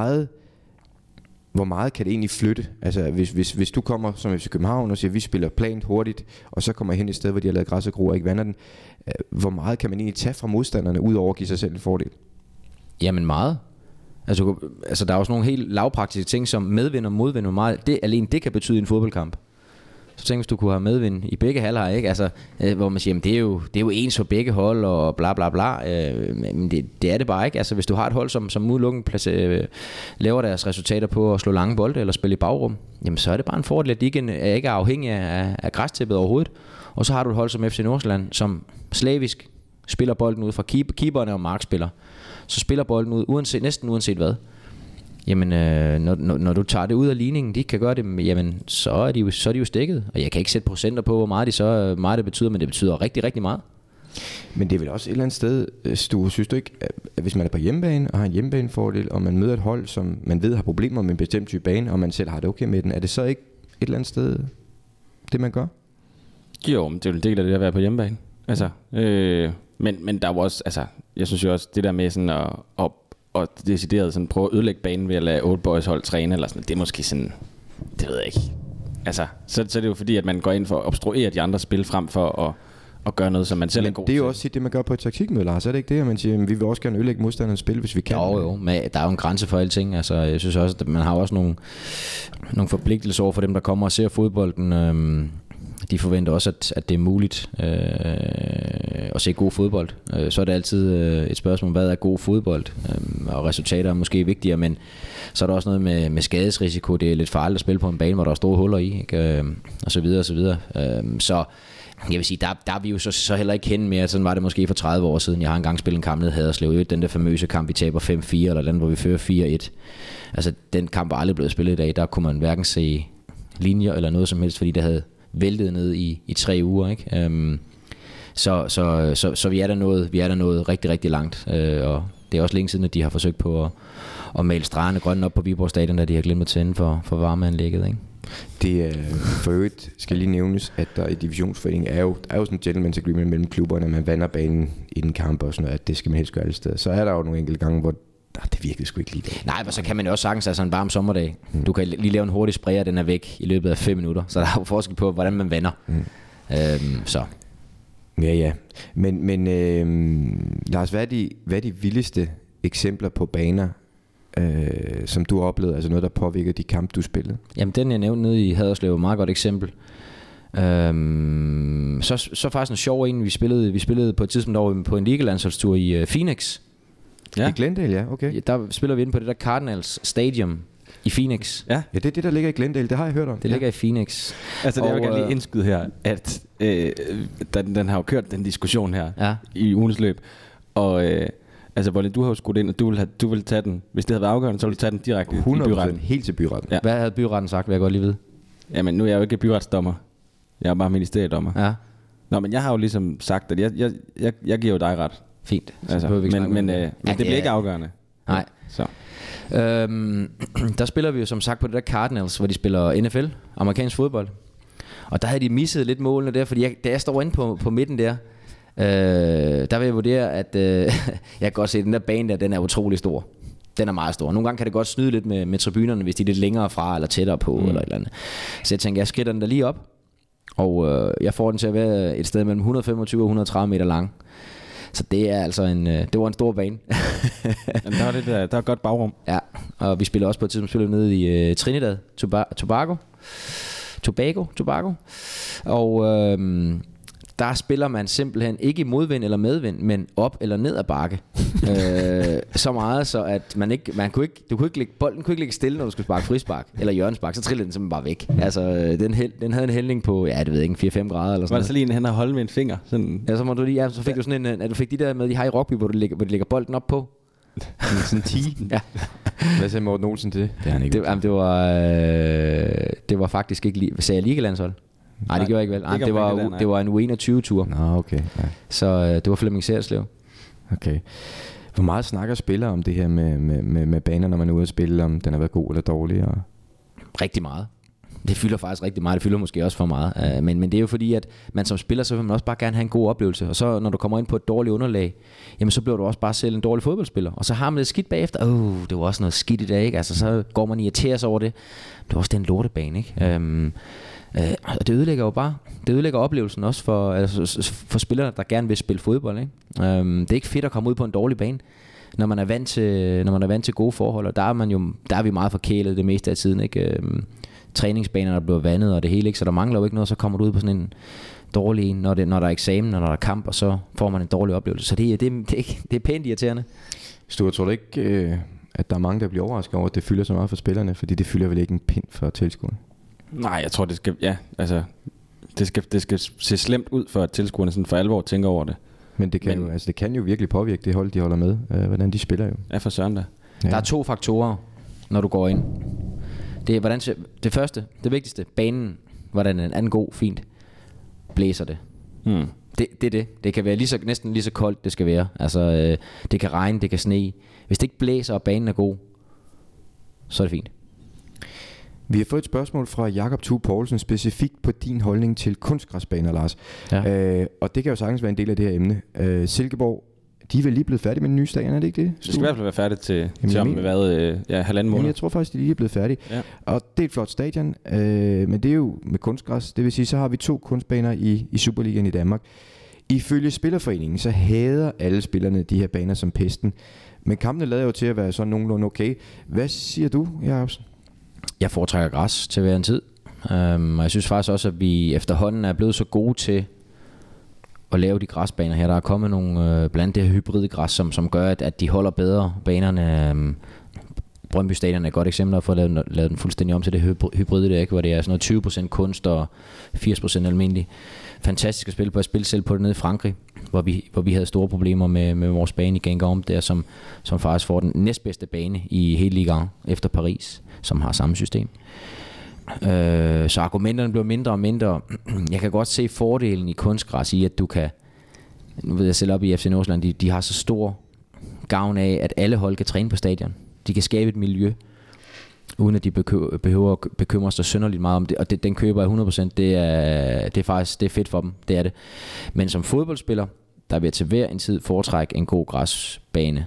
hvor meget kan det egentlig flytte? Altså hvis du kommer som FC København og siger, vi spiller plant hurtigt, og så kommer hen et sted, hvor de har lavet græs og gror og ikke vander den, hvor meget kan man egentlig tage fra modstanderne, ud over at give sig selv en fordel? Jamen meget. Altså der er også nogle helt lavpraktiske ting, som medvind og modvind og meget. Det kan betyde en fodboldkamp. Så tænk, hvis du kunne have medvind i begge halvleje, ikke? Altså, hvor man siger, det er jo ens for begge hold og bla bla bla. Men det er det bare ikke. Altså, hvis du har et hold, som udelukkende laver deres resultater på at slå lange bolde eller spille i bagrum, jamen så er det bare en fordel, at de ikke er afhængige af græstippet overhovedet. Og så har du et hold som FC Nordsjælland, som slavisk spiller bolden ud fra keeperne og markspiller. Så spiller bolden ud næsten uanset hvad. Jamen, når du tager det ud af ligningen, de kan gøre det, jamen, så er de jo stikket. Og jeg kan ikke sætte procenter på, hvor meget det betyder, men det betyder rigtig, rigtig meget. Men det er vel også et eller andet sted, Stue, synes du ikke, at hvis man er på hjemmebane og har en hjemmebanefordel, og man møder et hold, som man ved har problemer med en bestemt type bane, og man selv har det okay med den, er det så ikke et eller andet sted, det man gør? Jo, men det er jo en del af det at være på hjemmebane. Altså, men der er jo også, altså, jeg synes jo også, det der med sådan og decideret sådan prøve at ødelægge banen ved at lade Old Boys hold træne eller sådan, det er måske sådan, det ved jeg ikke. Altså, så er det jo fordi, at man går ind for at obstruere de andre spil frem for at gøre noget, som man selv er god til. Det er jo også det, man gør på et taktikmøde, Lars. Er det ikke det, at man siger, vi vil også gerne ødelægge modstanderens spil, hvis vi kan? Jo, men der er jo en grænse for alting. Altså, jeg synes også, at man har også nogle forpligtelser over for dem, der kommer og ser fodbolden. De forventer også, at det er muligt at se god fodbold. Så er det altid et spørgsmål, hvad er god fodbold? Og resultater er måske vigtigere, men så er der også noget med skadesrisiko. Det er lidt farligt at spille på en bane, hvor der er store huller i, ikke? Og så videre og så videre. Så jeg vil sige, der er vi jo så heller ikke henne mere. Sådan var det måske for 30 år siden. Jeg har engang spillet en kamp ned Haderslev. Den der famøse kamp, vi taber 5-4, eller den, hvor vi fører 4-1. Altså, den kamp var aldrig blevet spillet i dag. Der kunne man hverken se linjer eller noget som helst, fordi det havde væltet ned i 3 uger, ikke? Så vi er der nået rigtig, rigtig langt, og det er også længe siden, at de har forsøgt på at male stregerne grønne op på Viborg Stadion, da de har glemt at tænde for varmeanlægget, ikke? Det for øvrigt skal lige nævnes, at der i divisionsforeningen er jo sådan en gentleman's agreement mellem klubberne, at man vander banen i en kamp og sådan noget, at det skal man helst gøre alle steder. Så er der jo nogle enkelte gange, hvor det virkede sgu ikke lige det. Nej, men så kan man jo også sagtens have sådan en varm sommerdag. Du kan lige lave en hurtig sprayer, den er væk i løbet af 5 minutter. Så der er jo forskel på, hvordan man vander. Så. Ja. Men Lars, hvad er de vildeste eksempler på baner, som du har oplevet, altså noget, der påvirker de kampe, du spillede? Jamen, den jeg nævnte nede i Haderslev er et meget godt eksempel. Så faktisk en sjov en. Vi spillede på et tidspunkt over på en ligalandsholdstur i Phoenix. Ja. I Glendale, ja, okay. Der spiller vi inde på det der Cardinals Stadium i Phoenix. Ja, det er det, der ligger i Glendale. Det har jeg hørt om. Det ligger i Phoenix. Altså, jeg vil gerne lige indskyde her, at den har jo kørt den diskussion her i ugens løb. Og altså, Volle, du har jo skudt ind, og du vil tage den. Hvis det havde været afgørende, så ville du tage den direkte 100% i byretten. Helt til byretten. Ja. Hvad havde byretten sagt, vil jeg godt lige vide? Jamen, nu er jeg jo ikke byretsdommer. Jeg er bare ministeriedommer. Ja. Nå, men jeg har jo ligesom sagt, at jeg giver jo dig ret. Fint. Altså, men det bliver ikke afgørende. Nej. Så. Der spiller vi jo som sagt på det der Cardinals, hvor de spiller NFL, amerikansk fodbold. Og der havde de misset lidt målene der, fordi da jeg står inde på midten der, der vil jeg vurdere, at jeg kan godt se, at den der bane der, den er utrolig stor. Den er meget stor. Nogle gange kan det godt snyde lidt med tribunerne, hvis de er lidt længere fra eller tættere på eller et eller andet. Så jeg tænker, jeg skrider den der lige op, og jeg får den til at være et sted mellem 125 og 130 meter lang. Så det er altså det var en stor bane. Men der er godt bagrum. Ja, og vi spiller også på et tidspunkt nede i Trinidad, Tobago. Og der spiller man simpelthen ikke i modvind eller medvind, men op eller ned ad bakke. Så meget, så at bolden kunne ikke ligge stille, når du skulle sparke frispark eller hjørnespark, så trillede den simpelthen bare væk. Altså, den havde en hældning på, det ved jeg ikke, 4-5 grader eller sådan. Var det så lige en hen at holde med en finger? Sådan. Ja, så fik du sådan en, at du fik de der med, de har i rugby, hvor de lægger bolden op på. Sådan en tee. Ja. Hvad sagde Morten Olsen til det? Det er han ikke. Det var faktisk ikke lige, sagde jeg ligelandshold? Nej, det gjorde jeg ikke vel. Det var en U21-tur. Nå, okay. Ja. Så det var Flemming Serslev. Okay. Hvor meget snakker spillere om det her med baner, når man er ude at spille, om den har været god eller dårlig? Og... Rigtig meget. Det fylder faktisk rigtig meget. Det fylder måske også for meget. Men det er jo fordi, at man som spiller, så vil man også bare gerne have en god oplevelse. Og så når du kommer ind på et dårligt underlag, jamen så bliver du også bare selv en dårlig fodboldspiller. Og så har man det skidt bagefter. Det var også noget skidt i dag, ikke? Altså så går man irriterer sig over det. Det var også den lortebane, ikke? Og det ødelægger jo bare. Det ødelægger oplevelsen også for spillere, der gerne vil spille fodbold, ikke? Det er ikke fedt at komme ud på en dårlig bane, når man er vant til gode forhold. Og der er vi meget forkælet det meste af tiden, ikke? Træningsbaner, der bliver vandet og det hele, ikke? Så der mangler jo ikke noget, så kommer du ud på sådan en dårlig en, når der er eksamen, og når der er kamp, og så får man en dårlig oplevelse. Så det er pænt irriterende. Stuart, tror du ikke, at der er mange, der bliver overrasket over, at det fylder så meget for spillerne? Fordi det fylder vel ikke en pind for tilskuerne? Nej, jeg tror, det skal se slemt ud, for at tilskuerne sådan for alvor tænker over det. Men det kan jo virkelig påvirke det hold, de holder med, hvordan de spiller jo. Ja, for søren da. Ja. Der er 2 faktorer, når du går ind. Det første, det vigtigste, banen, hvordan den er god, fint, blæser det. Det er det. Det kan være næsten lige så koldt, det skal være. Altså, det kan regne, det kan sne. Hvis det ikke blæser, og banen er god, så er det fint. Vi har fået et spørgsmål fra Jakob Thue Poulsen, specifikt på din holdning til kunstgræsbaner, Lars. Ja. Og det kan jo sagtens være en del af det her emne. Silkeborg, de er vel lige blevet færdige med den nye stadion, er det ikke det? Det skal i hvert fald være færdigt til om 1,5 måneder. Jeg tror faktisk, de lige er blevet færdige. Ja. Og det er et flot stadion, men det er jo med kunstgræs. Det vil sige, så har vi 2 kunstbaner i Superligaen i Danmark. Ifølge Spillerforeningen, så hader alle spillerne de her baner som pesten. Men kampene lader jo til at være sådan nogenlunde okay. Hvad siger du, Jacobsen? Jeg foretrækker græs til hver en tid. Og jeg synes faktisk også, at vi efterhånden er blevet så gode til at lave de græsbaner her. Der er kommet nogle blandt det her hybride græs, som gør, at de holder bedre banerne. Brøndby Stadion er et godt eksempel at få lavet den fuldstændig om til det hybride der, ikke? Hvor det er sådan noget 20% kunst og 80% almindelig. Fantastisk at spille på. Jeg spille selv på det nede i Frankrig, hvor vi havde store problemer med vores bane i Guingamp der, som faktisk får den næstbedste bane i hele ligaen efter Paris, som har samme system. Så argumenterne bliver mindre og mindre. Jeg kan godt se fordelen i kunstgræs i, at du kan, nu ved jeg selv op i FC Nordsjælland, de har så stor gavn af, at alle hold kan træne på stadion. De kan skabe et miljø, uden at de behøver at bekymre sig synderligt meget om det. Og den køber jeg 100%. Det er faktisk fedt for dem, det er det. Men som fodboldspiller, der vil jeg til hver en tid foretrække en god græsbane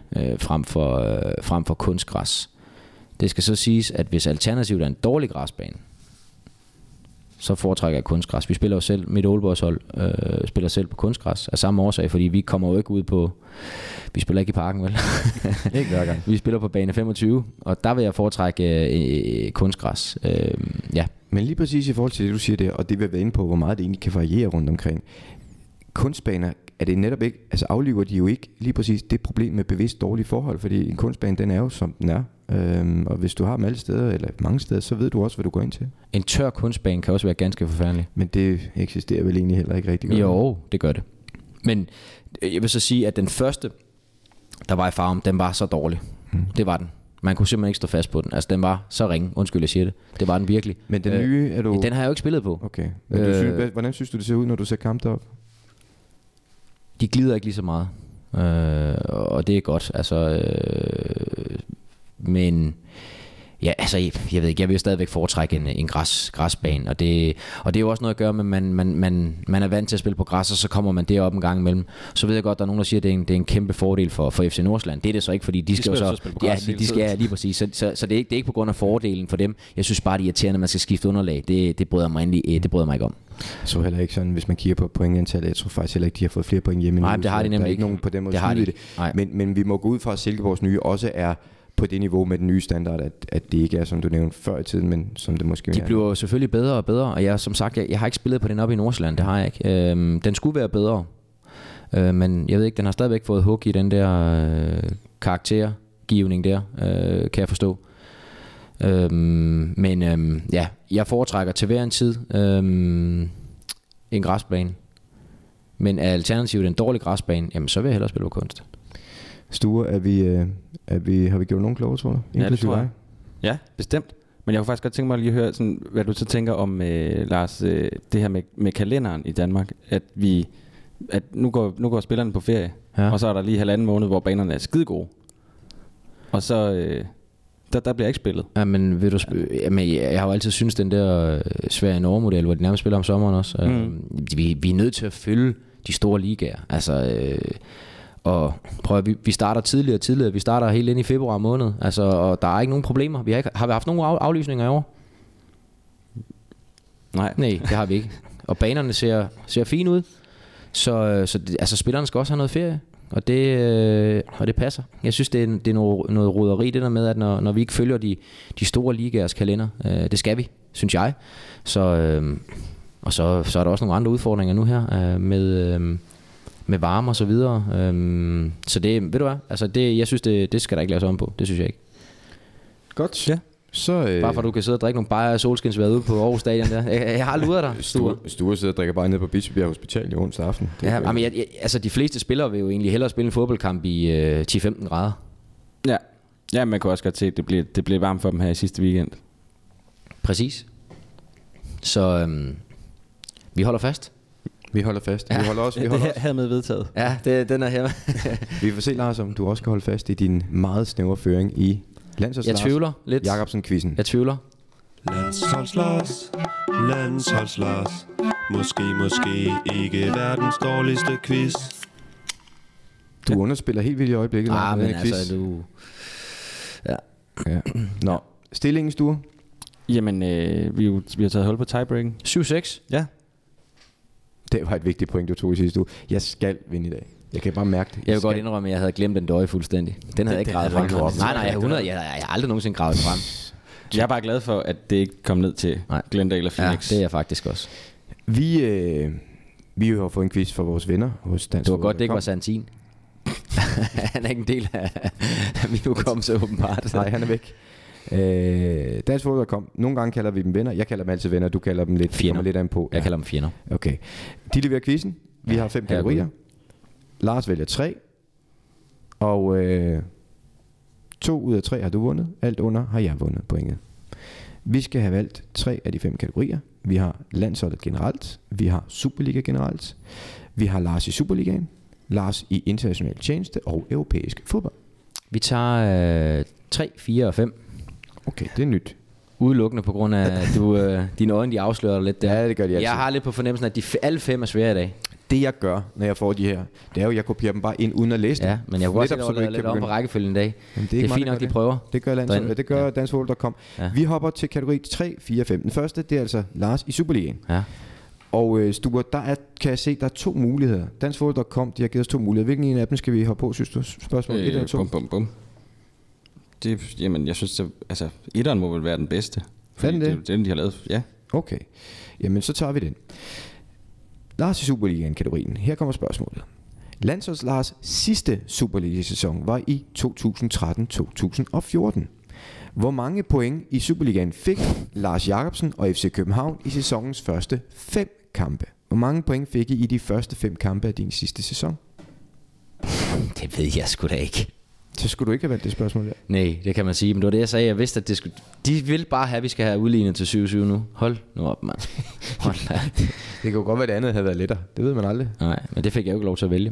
frem for kunstgræs. Det skal så siges, at hvis alternativet er en dårlig græsbane, så foretrækker jeg kunstgræs. Vi spiller jo selv, mit Aalborgshold spiller selv på kunstgræs af samme årsag, fordi vi kommer jo ikke ud på, vi spiller ikke i parken, vel? Ikke hver gang. Vi spiller på bane 25, og der vil jeg foretrække kunstgræs. Ja. Men lige præcis i forhold til det, du siger der, og det vi har været inde på, hvor meget det egentlig kan variere rundt omkring. Kunstbaner, er det netop ikke, altså afliver de jo ikke lige præcis det problem med bevidst dårlige forhold, fordi en kunstbane, den er jo som den er. Og hvis du har dem alle steder, eller mange steder, så ved du også, hvad du går ind til. En tør kunstbane kan også være ganske forfærdelig. Men det eksisterer vel egentlig heller ikke rigtig godt. Jo, det gør det. Men jeg vil så sige, at den første, der var i Farum, den var så dårlig. Det var den. Man kunne simpelthen ikke stå fast på den. Altså, den var så ringe. Undskyld, jeg siger det. Det var den virkelig. Men den nye er du... Den har jeg jo ikke spillet på. Okay. Men hvordan synes du, det ser ud, når du ser kamp derop? De glider ikke lige så meget. Og det er godt. Altså... Men... Ja, altså, jeg ved ikke, jeg vil jo stadigvæk foretrække en græsbane, og det er jo også noget at gøre med, man er vant til at spille på græs, og så kommer man derop en gang imellem. Så ved jeg godt, der er nogen, der siger, at det er en kæmpe fordel for FC Nordsjælland. Det er det så ikke, fordi de skal jo så spille på græs. Ja, de skal lige præcis. Så det er ikke på grund af fordelen for dem. Jeg synes bare, det er irriterende, at man skal skifte underlag. Det bryder mig ikke om. Så heller ikke sådan, hvis man kigger på pointantallet. Jeg tror faktisk heller ikke, de har fået flere point hjemme. Nej, det har de nemlig ikke. Nogen på den måde det. Men vi må gå ud fra, at Silkeborgs nye også er på det niveau med den nye standard, at det ikke er, som du nævnte før i tiden, men som det måske er. De bliver jo selvfølgelig bedre og bedre, og jeg, som sagt, jeg har ikke spillet på den oppe i Nordsjælland, det har jeg ikke. Den skulle være bedre, men jeg ved ikke, den har stadigvæk fået hug i den der karaktergivning der, kan jeg forstå. Men jeg foretrækker til hver en tid en græsbane, men er alternativet en dårlig græsbane, jamen så vil jeg hellere spille på kunst. Sture, har vi gjort nogen klogere, tror du? Ja, det tror jeg. Ja, bestemt. Men jeg kunne faktisk godt tænke mig lige at høre, sådan, hvad du så tænker om, Lars, det her med kalenderen i Danmark. At nu går spillerne på ferie, og så er der lige 1,5 måned, hvor banerne er skide gode. Og så... Der bliver ikke spillet. Ja, men jeg har jo altid syntes, den der Sverige-Norge-model, hvor de nærmest spiller om sommeren også. Vi er nødt til at følge de store ligaer. Altså... Og prøv at vi starter tidligere. Vi starter helt ind i februar måned. Altså, og der er ikke nogen problemer. Har vi haft nogle aflysninger i år? Nej, det har vi ikke. Og banerne ser fine ud. Så altså, spillerne skal også have noget ferie. Og det passer. Jeg synes, det er noget roderi, det der med, at når vi ikke følger de store ligaers kalender. Det skal vi, synes jeg. Og så er der også nogle andre udfordringer nu her med varme og så videre. Så det, ved du hvad? Altså jeg synes, det skal der ikke laves om på. Det synes jeg ikke. Godt. Ja. Så, bare for at du kan sidde og drikke nogle bajer af solskinsvejr ude på Aarhus Stadion der. Jeg har luret dig, Sture sidder og drikker bare ned på Bispebjerg Hospital i onsdag aften. Altså de fleste spillere vil jo egentlig hellere spille en fodboldkamp i 10-15 grader. Ja, man kan også godt se, at det blev varmt for dem her i sidste weekend. Præcis. Så vi holder fast. Vi holder fast. Ja. Vi holder også. Her med vedtaget. Ja, den er her. Vi får se, Lars, om du også kan holde fast i din meget snævre føring i landsholdslars. Jeg tvivler lidt. Jacobsen-quizzen. Jeg tvivler. Landsholdslars. Måske ikke verdens dårligste quiz. Du underspiller helt vildt i øjeblikket. Men altså du... Ja. Nå, stillingen, Sture? Jamen, vi har taget hul på tiebreaking. 7-6. Ja. Det var et vigtigt point, du tog i sidste uge. Jeg skal vinde i dag. Jeg kan bare mærke det. Jeg vil godt indrømme, at jeg havde glemt den døje fuldstændig. Den havde jeg ikke gravet frem. Nej, jeg har aldrig nogensinde gravet frem. Jeg er bare glad for, at det ikke kom ned til Glendale og Phoenix. Ja, det er jeg faktisk også. Vi har fået en quiz for vores venner hos Dansk. Det var godt, det ikke var Santin. Han er ikke en del af min hukommelse åbenbart. Nej, han er væk. Dansk Fodbold.com. Nogle gange kalder vi dem venner. Jeg kalder dem altid venner. Du kalder dem lidt fjender. Lidt an på. Jeg kalder dem fjender. Okay. De leverer quizzen. Vi har 5 kategorier. Lars vælger 3. Og 2 ud af 3 har du vundet. Alt under har jeg vundet pointet. Vi skal have valgt 3 af de 5 kategorier. Vi har landsholdet generelt. Vi har Superliga generelt. Vi har Lars i Superligaen. Lars i international tjeneste og europæisk fodbold. Vi tager 3, 4 og 5. Okay, det er nyt. Udelukkende på grund af, at dine øjne de afslører lidt der. Ja, det gør de altid. Jeg har lidt på fornemmelsen, at alle 5 er svære i dag. Det jeg gør, når jeg får de her, det er jo, at jeg kopierer dem bare ind uden at læse dem. Ja, men jeg kunne godt Netop, se, at lidt om på rækkefølgen i dag. Jamen, det er fint nok, de prøver. Det gør danskfodbold.com. Ja. Vi hopper til kategori 3, 4, 5. Den første, det er altså Lars i Superligaen. Ja. Og Stuart, kan jeg se, der er 2 muligheder. Danskfodbold.com, de har givet os 2 muligheder. Hvilken en af dem skal vi hoppe på, synes du? Spørgsmål 1 eller 2? Jamen, jeg synes, altså, 1'eren må vel være den bedste. Fordi det er den, de har lavet. Ja. Okay. Jamen, så tager vi den. Lars i Superligaen-kategorien. Her kommer spørgsmålet. Landsholds Lars sidste Superliga-sæson var i 2013-2014. Hvor mange point i Superligaen fik Lars Jacobsen og FC København i sæsonens første 5 kampe? Hvor mange point fik I de første 5 kampe af din sidste sæson? Det ved jeg sgu da ikke. Så skulle du ikke have valgt det spørgsmål der. Nej, det kan man sige. Men det var det, jeg sagde. Jeg vidste, at det skulle... De vil bare have, at vi skal have udlignet til 7-7 nu. Hold nu op, mand. Det kan jo godt være, det andet havde været lettere. Det ved man aldrig. Nej, men det fik jeg jo ikke lov til at vælge.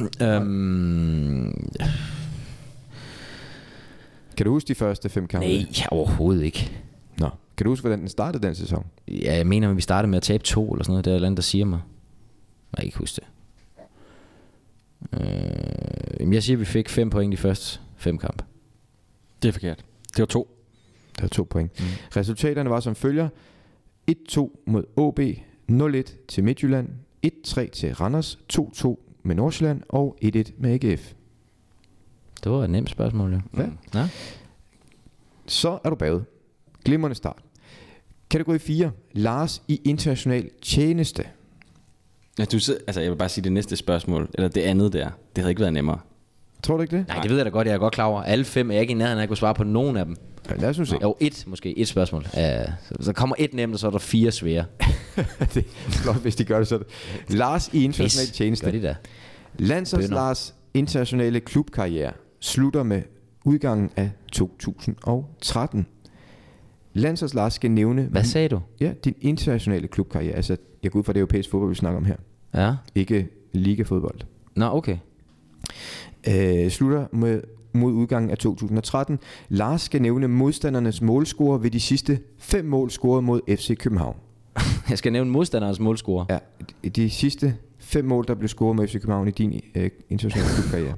Kan du huske de første 5 kampe? Nej, overhovedet ikke. Nå. Kan du huske, hvordan den startede den sæson? Ja, jeg mener, at vi startede med at tabe 2 eller sådan noget. Det er et eller andet, der siger mig. Jeg kan ikke huske det. Jeg siger, at vi fik 5 point i de første 5 kampe. Det er forkert. Det var 2. Det var 2 point. Resultaterne var som følger: 1-2 mod OB, 0-1 til Midtjylland, 1-3 til Randers, 2-2 med Nordsjælland og 1-1 med AGF. Det var et nemt spørgsmål, jo. Ja. Så er du bagud. Glimrende start. Kategori 4. Lars i international tjeneste. Ja, jeg vil bare sige det næste spørgsmål, eller det andet der. Det havde ikke været nemmere. Tror du ikke det? Nej, det ved jeg da godt. Jeg er godt klar over. Alle 5 er jeg ikke i nærheden af at kunne svare på nogen af dem. Ja, lad os nu se. Jo, 1 måske. 1 spørgsmål. Så kommer 1 nemt, og så er der 4 svære. Det er flot, hvis de gør det sådan. Lars i international tjeneste. Gør de da. Landsholds Lars internationale klubkarriere slutter med udgangen af 2013. Landsholds Lars skal nævne... Hvad sagde du? Ja, din internationale klubkarriere. Altså, jeg går ud fra det europæiske fodbold, vi snakker om her. Ja. Ikke ligafodbold. Nå, okay. Slutter mod udgangen af 2013. Lars skal nævne modstandernes målscorer ved de sidste 5 mål scoret mod FC København. Jeg skal nævne modstandernes målscorer. Ja, de sidste 5 mål, der blev scoret mod FC København i din internationale klubkarriere.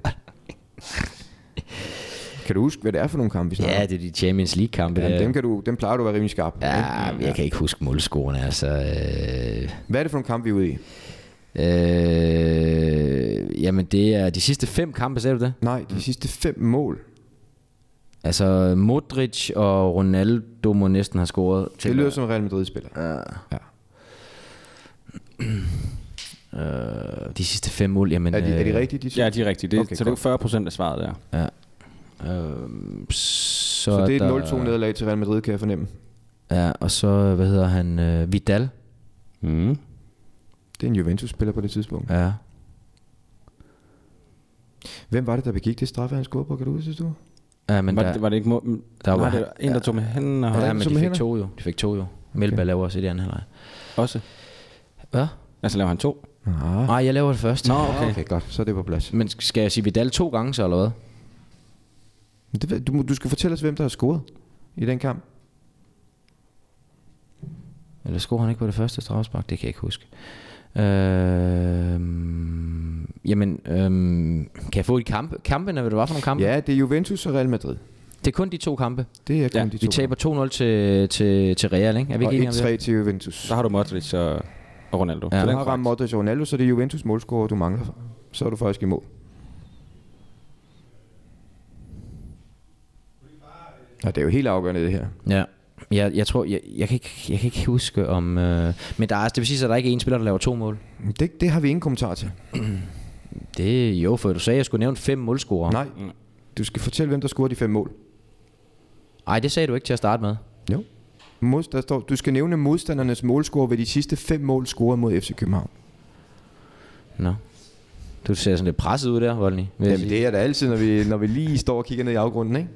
Kan du huske, hvad det er for nogle kampe, vi snakker? Ja, det er de Champions League-kampe. Ja, dem plejer du at være rimelig skarp. Ja, jeg kan ikke huske målscorerne, altså. Hvad er det for nogle kampe, vi er ude i? Jamen, det er de sidste 5 kampe, sagde du det? Nej, de sidste 5 mål. Altså, Modric og Ronaldo må næsten have scoret. Det lyder som en Real Madrid-spiller. Ja. De sidste 5 mål, jamen... Er de rigtige? Ja, de er rigtige. Okay, så det er 40% af svaret der. Ja. Så det er et 0-2 nederlag til Real Madrid, kan jeg fornemme. Ja, og så, hvad hedder han? Vidal. Det er en Juventus-spiller på det tidspunkt. Ja. Hvem var det, der begik det straffe, han scorede på? Kan du huske, du? Ja, men var det ikke... Der var det en, der tog med hænden. Ja, men de fik 2 jo. Melba laver også i det andet halvleg. Også? Hvad? Altså laver han 2? Nej, jeg laver det først. Nå, okay, godt. Så er det på plads. Men skal jeg sige Vidal 2 gange så, eller hvad? Du skal fortælle os, hvem der har scoret i den kamp. Eller scorede han ikke på det første straffespark? Det kan jeg ikke huske. Kan jeg få kampene, hvad det var for nogle kampe? Ja, det er Juventus og Real Madrid. Det er kun de 2 kampe. Det er kun de 2. Vi taber 2-0 til Real, ikke? Er vi ikke og 1-3 til Juventus. Så har du Modric og Ronaldo. Ja, du har ramt Modric og Ronaldo, så det er Juventus målscorer, du mangler. Så er du faktisk i mål. Ja, det er jo helt afgørende det her. Ja. Jeg tror, jeg kan ikke huske om... men det vil sige, at der ikke er en spiller, der laver 2 mål. Det har vi ingen kommentar til. Det jo, for du sagde, at jeg skulle nævne 5 målscorer. Nej, du skal fortælle, hvem der scorede de 5 mål. Nej, det sagde du ikke til at starte med. Jo. Der står, du skal nævne modstandernes målscorer ved de sidste 5 mål scoret mod FC København. Nå. Du ser sådan lidt presset ud der, Volny. Jamen det er da altid, når vi lige står og kigger ned i afgrunden, ikke?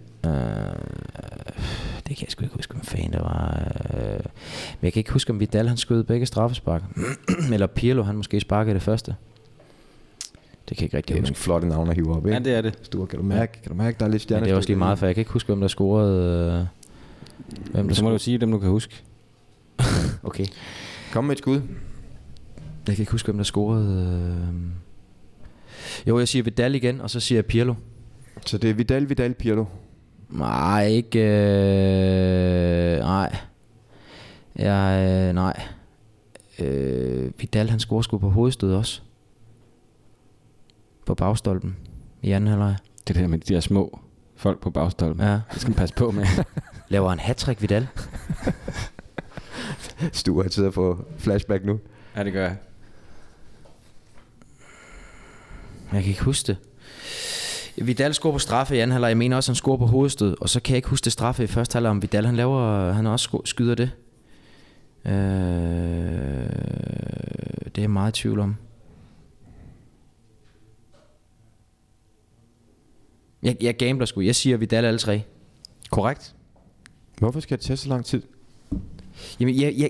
Det kan jeg sgu ikke huske, hvad fanden det var. Men jeg kan ikke huske, om Vidal han skød begge straffespark. Eller Pirlo han måske sparkede det første. Det kan jeg ikke rigtig huske. Det er nogle flotte navne at hive op, ikke? Ja, det er det. Stor, kan du mærke, der er lidt stjerner. Men det er også lige meget, for jeg kan ikke huske, hvem der scorede. Så må du sige dem, du kan huske. Okay. Kom med et skud. Jeg kan ikke huske, hvem der scorede. Jo, jeg siger Vidal igen, og så siger jeg Pirlo. Så det er Vidal, Pirlo. Nej, ikke... nej. Nej. Vidal, han scorer sgu på hovedstød også. På bagstolpen i anden halvleg. Det der med de der små folk på bagstolpen. Ja. Det skal man passe på med. Laver han hat-trick, Vidal? Stue har siddet på flashback nu. Ja, det gør jeg. Jeg kan ikke huske det. Vidal scorer på straffe i anden halvleg. Jeg mener også, han scorer på hovedstød. Og så kan jeg ikke huske det straffe i første halvleg, om Vidal han også skyder det. Det er jeg meget i tvivl om. Jeg gambler sgu. Jeg siger Vidal alle tre. Korrekt. Hvorfor skal det tage så lang tid? Jamen, jeg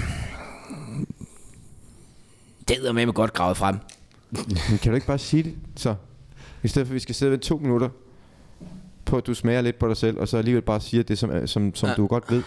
det er med godt gravet frem. Men kan du ikke bare sige det så? I stedet for at vi skal sidde ved 2 minutter på at du smager lidt på dig selv, og så alligevel bare siger det som du godt ved.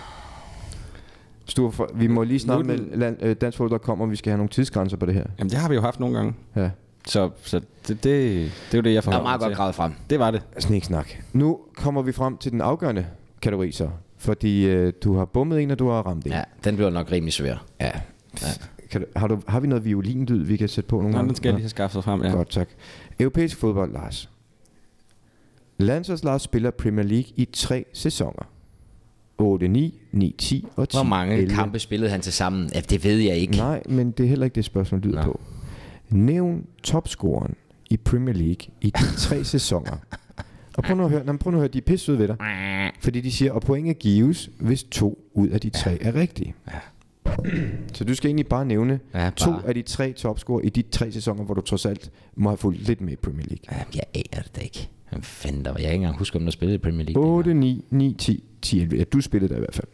Vi må lige snakke med danskfodbold.com, om vi skal have nogle tidsgrænser på det her. Jamen det har vi jo haft nogle gange. Ja. Så det er jo det, jeg får. Der er meget godt gravet frem. Det var det. Sniksnak. Nu kommer vi frem til den afgørende kategori så. Fordi du har bummet en, og du har ramt en. Ja, den bliver nok rimelig svær. Ja. Har vi noget violindyd, vi kan sætte på nogle gange? Den skal jeg lige have skaffet frem, ja. Godt, tak. Europæisk fodbold, Lars. Landsholds Lars spiller Premier League i 3 sæsoner. 8, 9, 9, 10 og 10. Hvor mange 11. kampe spillede han til sammen? Ja, det ved jeg ikke. Nej, men det er heller ikke det spørgsmål, lyder på. Nævn topscoren i Premier League i de 3 sæsoner. Og prøv nu at høre, de er pisse ud ved dig. Fordi de siger, at pointet gives, hvis 2 ud af de 3 er rigtige. Ja. Så du skal egentlig bare nævne 2 af de 3 topscorer i de 3 sæsoner, hvor du trods alt må have fulgt lidt med i Premier League. Ja, jeg aner det da ikke. Hvem fanden der var? Jeg kan ikke engang huske, om der spillede i Premier League. 8, 9, 9, 10, 10, 11. Ja, du spillede der i hvert fald.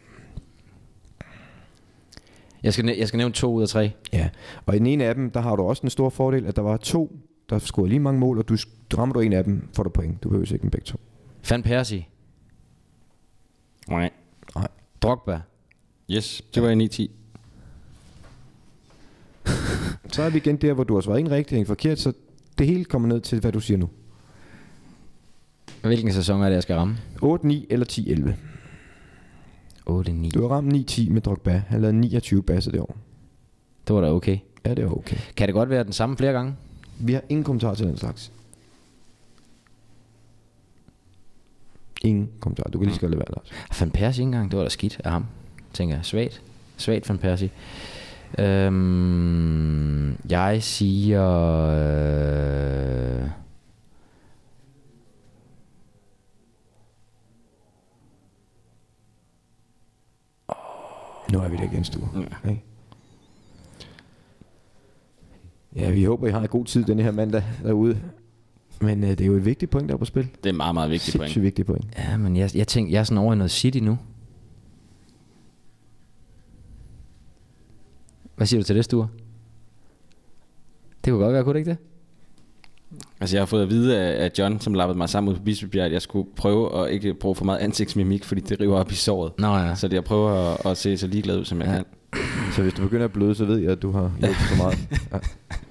Jeg skal nævne 2 ud af 3. Ja, og i den ene af dem, der har du også en stor fordel, at der var 2, der scorede lige mange mål, og rammer du en af dem, får du point. Du behøver ikke en begge 2. Van Persie. Nej. Drogba. Yes, det var i 9-10. Så er vi igen der, hvor du har svaret en rigtig, en forkert, så det hele kommer ned til, hvad du siger nu. Hvilken sæson er det, jeg skal ramme? 8, 9 eller 10, 11. 8, 9. Du har ramt 9-10 med Drogba. Han lavede 29 basser det år. Det var da okay. Ja, det var okay. Kan det godt være den samme flere gange? Vi har ingen kommentar til den slags. Ingen kommentar. Du kan lige skal lade være, Lars. Van Persie ikke engang, det var da skidt af ham. Tænker jeg, svagt Van Persie. Jeg siger nu er vi der igen, Stue. Okay. Ja, vi håber, I har en god tid denne her mandag derude. Men det er jo et vigtigt point, der er på spil. Det er meget, meget vigtigt point. Sindssygt vigtigt point. Ja, men jeg tænker, jeg er sådan over i noget City nu. Hvad siger du til det, Sture? Det kunne godt være, kunne det ikke det? Altså jeg har fået at vide af John, som lappede mig sammen ud på Bispebjerg, at jeg skulle prøve at ikke bruge for meget ansigtsmimik, fordi det river op i såret. Nå ja. Så jeg prøver at se så ligeglad ud, som jeg kan. Så hvis du begynder at bløde, så ved jeg, at du har hjulpet så meget. Ja.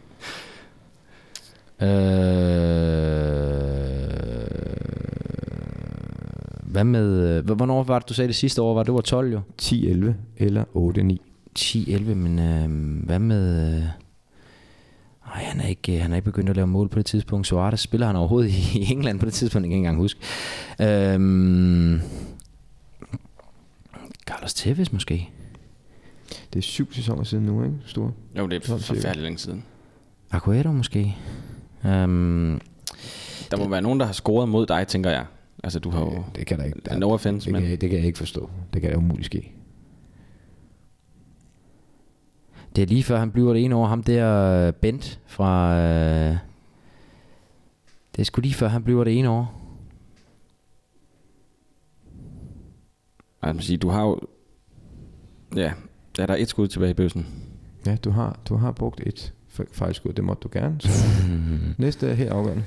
Hvad med... Hvornår var det, du sagde det sidste år? Det var 12 jo? 10-11 eller 8-9. 10-11, men hvad med... han er ikke begyndt at lave mål på det tidspunkt. Suarez spiller han overhovedet i England på det tidspunkt, jeg kan ikke engang huske. Carlos Tevez måske. Det er 7 sæsoner siden nu, ikke? Store. Jo, det er forfærdeligt længe siden. Aguero måske. Der må være nogen, der har scoret mod dig, tænker jeg. Altså du har jo... Det kan der ikke. No offense, men... Det kan jeg ikke forstå. Det kan da umuligt ske. Det er lige før han bliver det ene over ham der Bent fra... Det er sgu lige før han bliver det ene over. Altså du har jo... Ja, der er 1 skud tilbage i bøssen. Ja, du har brugt et fejlskud. Det måtte du gerne. Så næste er her afgørende.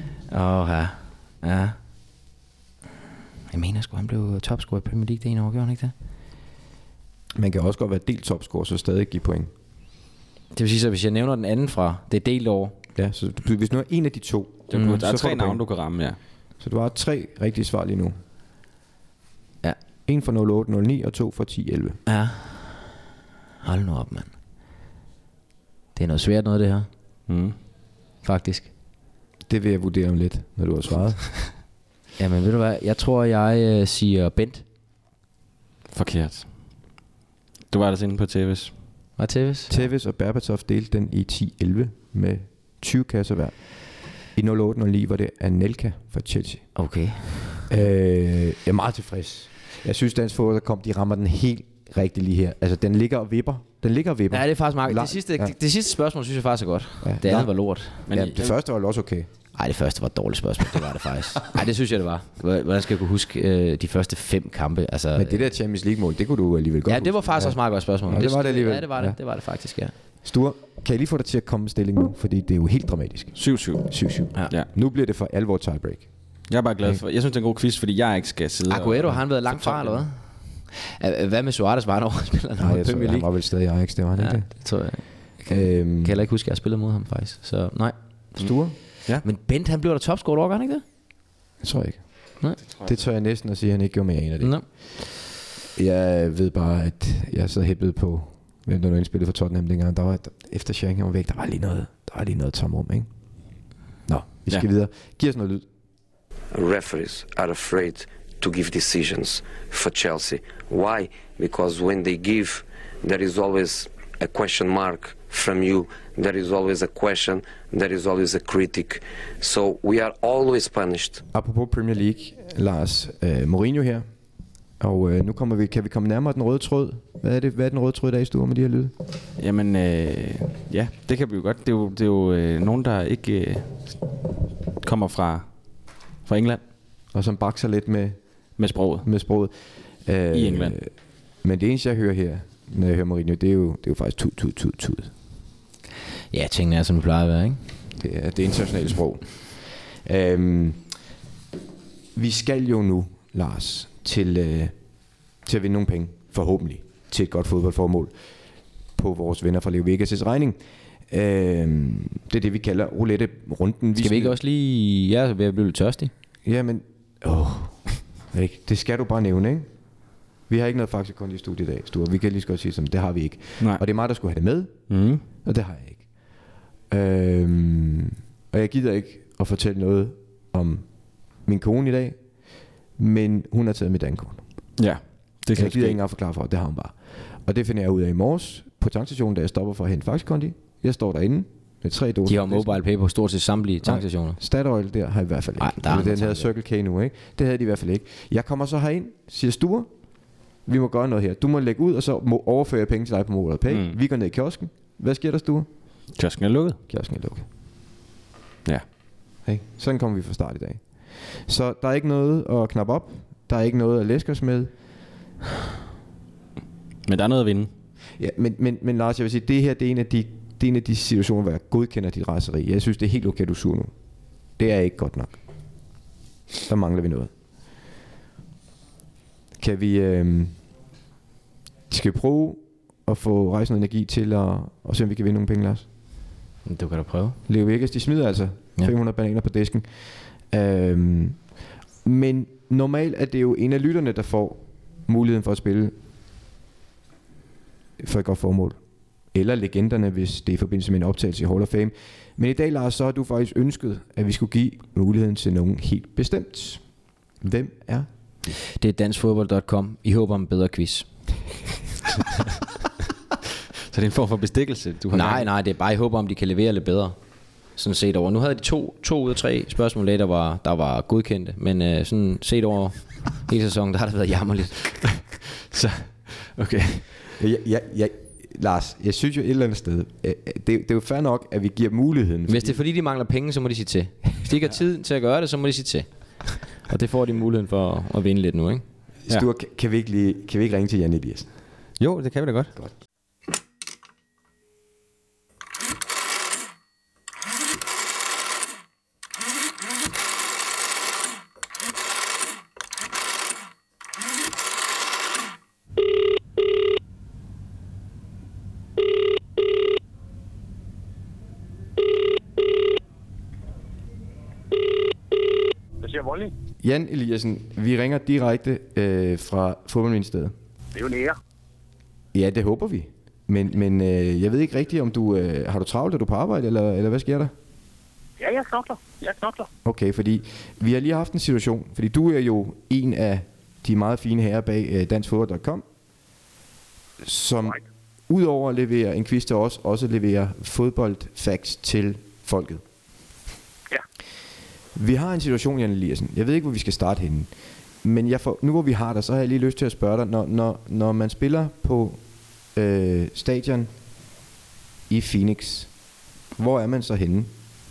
Ja. Jeg mener sgu, han blev topscorer i Premier League det ene år, gjorde han ikke det? Man kan også godt være delt topscorer, så stadig give point. Det vil sige, så hvis jeg nævner den anden fra, det er delt over. Ja, så hvis nu er en af de to, Der er så får 3 du navne, point. du kan ramme, ja. Så du har 3 rigtige svar lige nu. Ja. En fra 0809 og 2 fra 1011. Ja. Hold nu op, mand. Det er noget svært noget, det her. Faktisk. Det vil jeg vurdere om lidt, når du har svaret. Jamen ved du hvad, jeg tror jeg siger Bent. Forkert. Du var ellers inde på Tevez. Hvad Tevez? Tevez og Berbatov delte den i 10-11 med 20 kasser hver. I 08-09 var det Anelka fra Chelsea. Okay. Jeg er meget tilfreds. Jeg synes, dansk fodbold, der kom, de rammer den helt rigtigt lige her. Altså, den ligger og vipper. Ja, det er faktisk meget. Det sidste spørgsmål synes jeg faktisk er godt. Ja. Det andet var lort. Men ja, det første var også okay. Nej, det første var et dårligt spørgsmål. Det var det faktisk. Nej, det synes jeg, det var. Hvordan skal jeg kunne huske de første 5 kampe? Altså, men det der Champions League-mål, det kunne du alligevel godt. Ja, det var faktisk også meget godt spørgsmål. Ja, det var det alligevel. Ja, det var det. Det var det faktisk, ja. Sture, kan jeg lige få dig til at komme med stilling nu? Fordi det er jo helt dramatisk. 7-7. Ja. Nu bliver det for alvor tiebreak. Jeg er bare glad for. Jeg synes, det er en god quiz, fordi jeg ikke skal sidde. Aguero, har han været langt fra, eller hvad? Hvad med Suarez? Var han overspiller? Nej, jeg tror, han var vel stadig i Ajax, det var han ikke det? Det tror jeg. Kan heller ikke huske, at jeg spillede mod ham faktisk. Så nej. Sture? Ja. Men Bent, han blev der topscorer over, ikke det? Det tror jeg ikke. Nej. Det tør jeg næsten at sige, at han ikke gjorde, men jeg aner det. Nej. Jeg ved bare, at jeg så hæppede på, hvem der nu indspillede for Tottenham dengang. Der var, efter Sheringham var væk, der var lige noget tomrum, ikke? Nå, vi skal videre. Giv os noget lyd. Referees are afraid to give decisions for Chelsea. Why? Because when they give, there is always a question mark from you. There is always a question. There is always a critic. So we are always punished. Apropos Premier League, Lars, Mourinho her. Og nu kan vi komme nærmere den røde tråd. Hvad er den røde tråd i dag, Sture, med de her lyde? Jamen, ja, det kan vi jo godt. Det er jo nogen, der ikke kommer fra England. Og som bakser lidt med sproget. I England. Men det eneste, jeg hører her, når jeg hører Mourinho, det er jo faktisk tud. Ja, tingene er, som det plejer at være, ikke? Det er det internationale sprog. Vi skal jo nu, Lars, til at vinde nogle penge, forhåbentlig, til et godt fodboldformål på vores venner fra Leo Vegas' regning. Det er det, vi kalder roulette-runden. Skal vi ikke også lige... Jeg er ved at blive lidt tørstig. Jamen, det skal du bare nævne, ikke? Vi har ikke noget Faxe-konto i studiet i dag, Sture. Vi kan lige så godt sige, som det har vi ikke. Nej. Og det er mig, der skulle have det med, og det har jeg ikke. Og jeg gider ikke at fortælle noget om min kone i dag, men hun har taget mit dankort. Ja, det kan jeg gider ikke engang forklare for, det har hun bare. Og det finder jeg ud af i morges på tankstationen, da jeg stopper for at hente Faxe-konti. Jeg står derinde med 3 doser. De har mobile pay på stort set samtlige tankstationer. Statoil der har i hvert fald ikke. Nej, den hedder Circle K nu, ikke? Det havde de i hvert fald ikke. Jeg kommer så herind, siger Sture, vi må gøre noget her. Du må lægge ud, og så overføre penge til dig på mobile pay. Vi går ned i kiosken. Hvad sker der, Sture? Kiosken er lukket. Ja. Hey, sådan kommer vi fra start i dag. Så der er ikke noget at knappe op. Der er ikke noget at læske os med. Men der er noget at vinde. Ja, men Lars, jeg vil sige, det her, det er en af de situationer, hvor jeg godkender dit raseri. Jeg synes, det er helt okay, du er sur nu. Det er ikke godt nok. Der mangler vi noget. Kan vi... skal vi prøve at få rejst noget energi til at se, om vi kan vinde nogle penge, Lars? Du kan da prøve. Leo Vegas, de smider altså 500 bananer på disken. Men normalt er det jo en af lytterne, der får muligheden for at spille for et godt formål. Eller legenderne, hvis det er i forbindelse med en optagelse i Hall of Fame. Men i dag, Lars, så har du faktisk ønsket, at vi skulle give muligheden til nogen helt bestemt. Hvem er det? Det er danskfodbold.com. I håber om en bedre quiz. Så det er en form for bestikkelse, du har? Nej, det er bare i håber om, de kan levere lidt bedre. Sådan set over. Nu havde de 2 ud af 3 spørgsmål, der var godkendte. Men sådan set over hele sæsonen, der har det været jammerligt. Så, okay. Lars, jeg synes jo et eller andet sted, det er jo fair nok, at vi giver muligheden. Hvis det er fordi, de mangler penge, så må de sige til. Hvis de ikke har tid til at gøre det, så må de sige til. Og det får de muligheden for at vinde lidt nu, ikke? Sture, kan vi ikke ringe til Jan Eliassen? Jo, det kan vi da godt. Jan Eliassen, vi ringer direkte fra Fodboldministeriet. Det er jo nære. Ja, det håber vi. Men jeg ved ikke rigtigt, om du har du travlt, er du på arbejde, eller hvad sker der? Ja, jeg knokler. Okay, fordi vi har lige haft en situation, fordi du er jo en af de meget fine herrer bag danskfodbold.com, som udover at levere en quiz til os, også leverer fodboldfacts til folket. Ja. Vi har en situation, Jan Eliassen. Jeg ved ikke, hvor vi skal starte henne. Men nu hvor vi har dig, så har jeg lige lyst til at spørge dig, når man spiller på stadion i Phoenix, hvor er man så henne?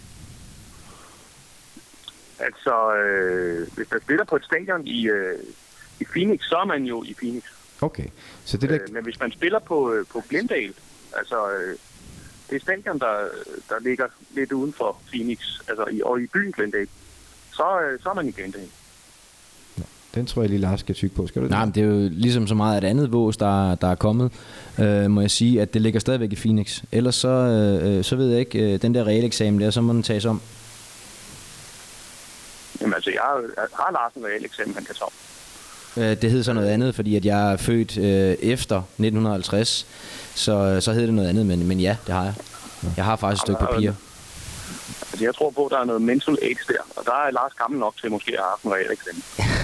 Altså, hvis man spiller på et stadion i Phoenix, så er man jo i Phoenix. Okay. Så det der... Men hvis man spiller på Glendale, altså det er stadion, der ligger lidt uden for Phoenix, altså og i byen Glendale, så er man i Glendale. Den tror jeg lige Lars skal tykke på. Skal du det? Nej, men det er jo ligesom så meget et andet vås, der er kommet, må jeg sige, at det ligger stadigvæk i Phoenix. Ellers så ved jeg ikke, den der realeksamen der, så må den tages om. Jamen altså, jeg har Lars en realeksamen, han kan tage om. Det hed så noget andet, fordi at jeg er født efter 1950, så hed det noget andet, men ja, det har jeg. Jeg har faktisk et stykke papir. Altså, jeg tror på, at der er noget mental age der, og der er Lars gammel nok til måske at have haft en realeksamen.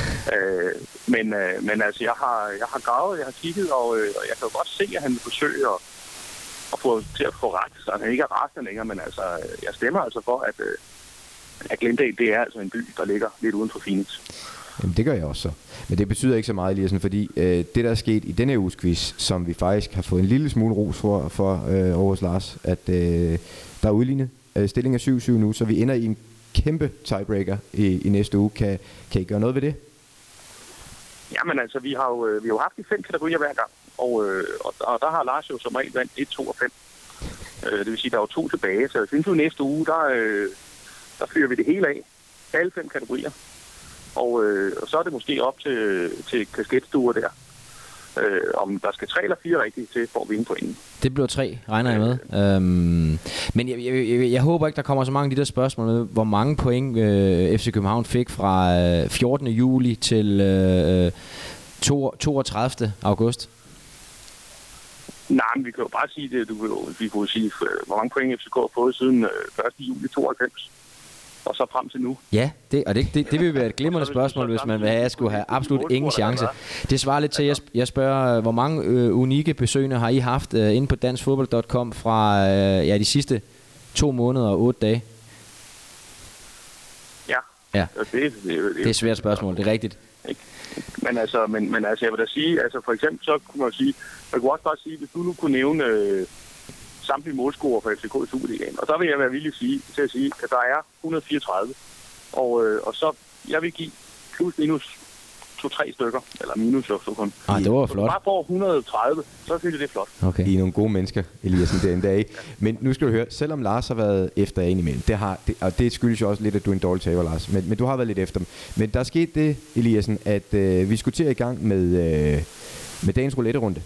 Men altså, jeg har gravet, jeg har kigget, og jeg kan jo godt se, at han vil forsøge at få til at få ret, så han ikke er rasende længere, men altså, jeg stemmer altså for, at Glendale, det er altså en by, der ligger lidt uden for Phoenix. Jamen, det gør jeg også så. Men det betyder ikke så meget, Eliassen, fordi det, der er sket i denne uges quiz, som vi faktisk har fået en lille smule ros for over hos Lars, at der er udlignet. Stillingen er 7-7 nu, så vi ender i en kæmpe tiebreaker i næste uge. Kan I gøre noget ved det? Jamen altså, vi har jo haft de 5 kategorier hver gang, og der har Lars jo som regel vandt 1, 2 og 5. Det vil sige, der er jo 2 tilbage, så jeg synes jo næste uge, der fyrer vi det hele af. Alle 5 kategorier. Og så er det måske op til kasketstuer der. Om der skal 3 eller 4 rigtige til for at vinde pointen. Det bliver 3, regner jeg med. Men jeg håber ikke, der kommer så mange af de der spørgsmål med, hvor mange point FC København fik fra 14. juli til 32. august. Nej, men vi kan jo bare sige det. Vi kunne sige, hvor mange point FCK har fået siden 1. juli 92. Og så frem til nu. Ja, det vil være et glimrende spørgsmål, hvis man vil have, skulle have absolut ingen chance. Det svarer lidt til, at jeg spørger, hvor mange unikke besøgende har I haft inde på danskfodbold.com fra de sidste 2 måneder og 8 dage? Ja. Det er et svært spørgsmål, det er rigtigt. Men altså, jeg vil da sige, altså for eksempel så kunne man sige, man kunne også bare sige, hvis du nu kunne nævne samtlige målscorer for FCK i Superligaen. Og der vil jeg være villig til at sige, at der er 134. Og så, jeg vil give plus minus 2-3 stykker, eller minus så kun. Det var flot. Bare for 130, så synes jeg, det er flot. Okay. I er nogle gode mennesker, Eliassen, den dag. Men nu skal du høre, selvom Lars har været efter en imellem, og det skyldes jo også lidt, at du er en dårlig taber, Lars, men du har været lidt efter dem. Men der skete det, Eliassen, at vi skulle til at i gang med dagens roulette-runde.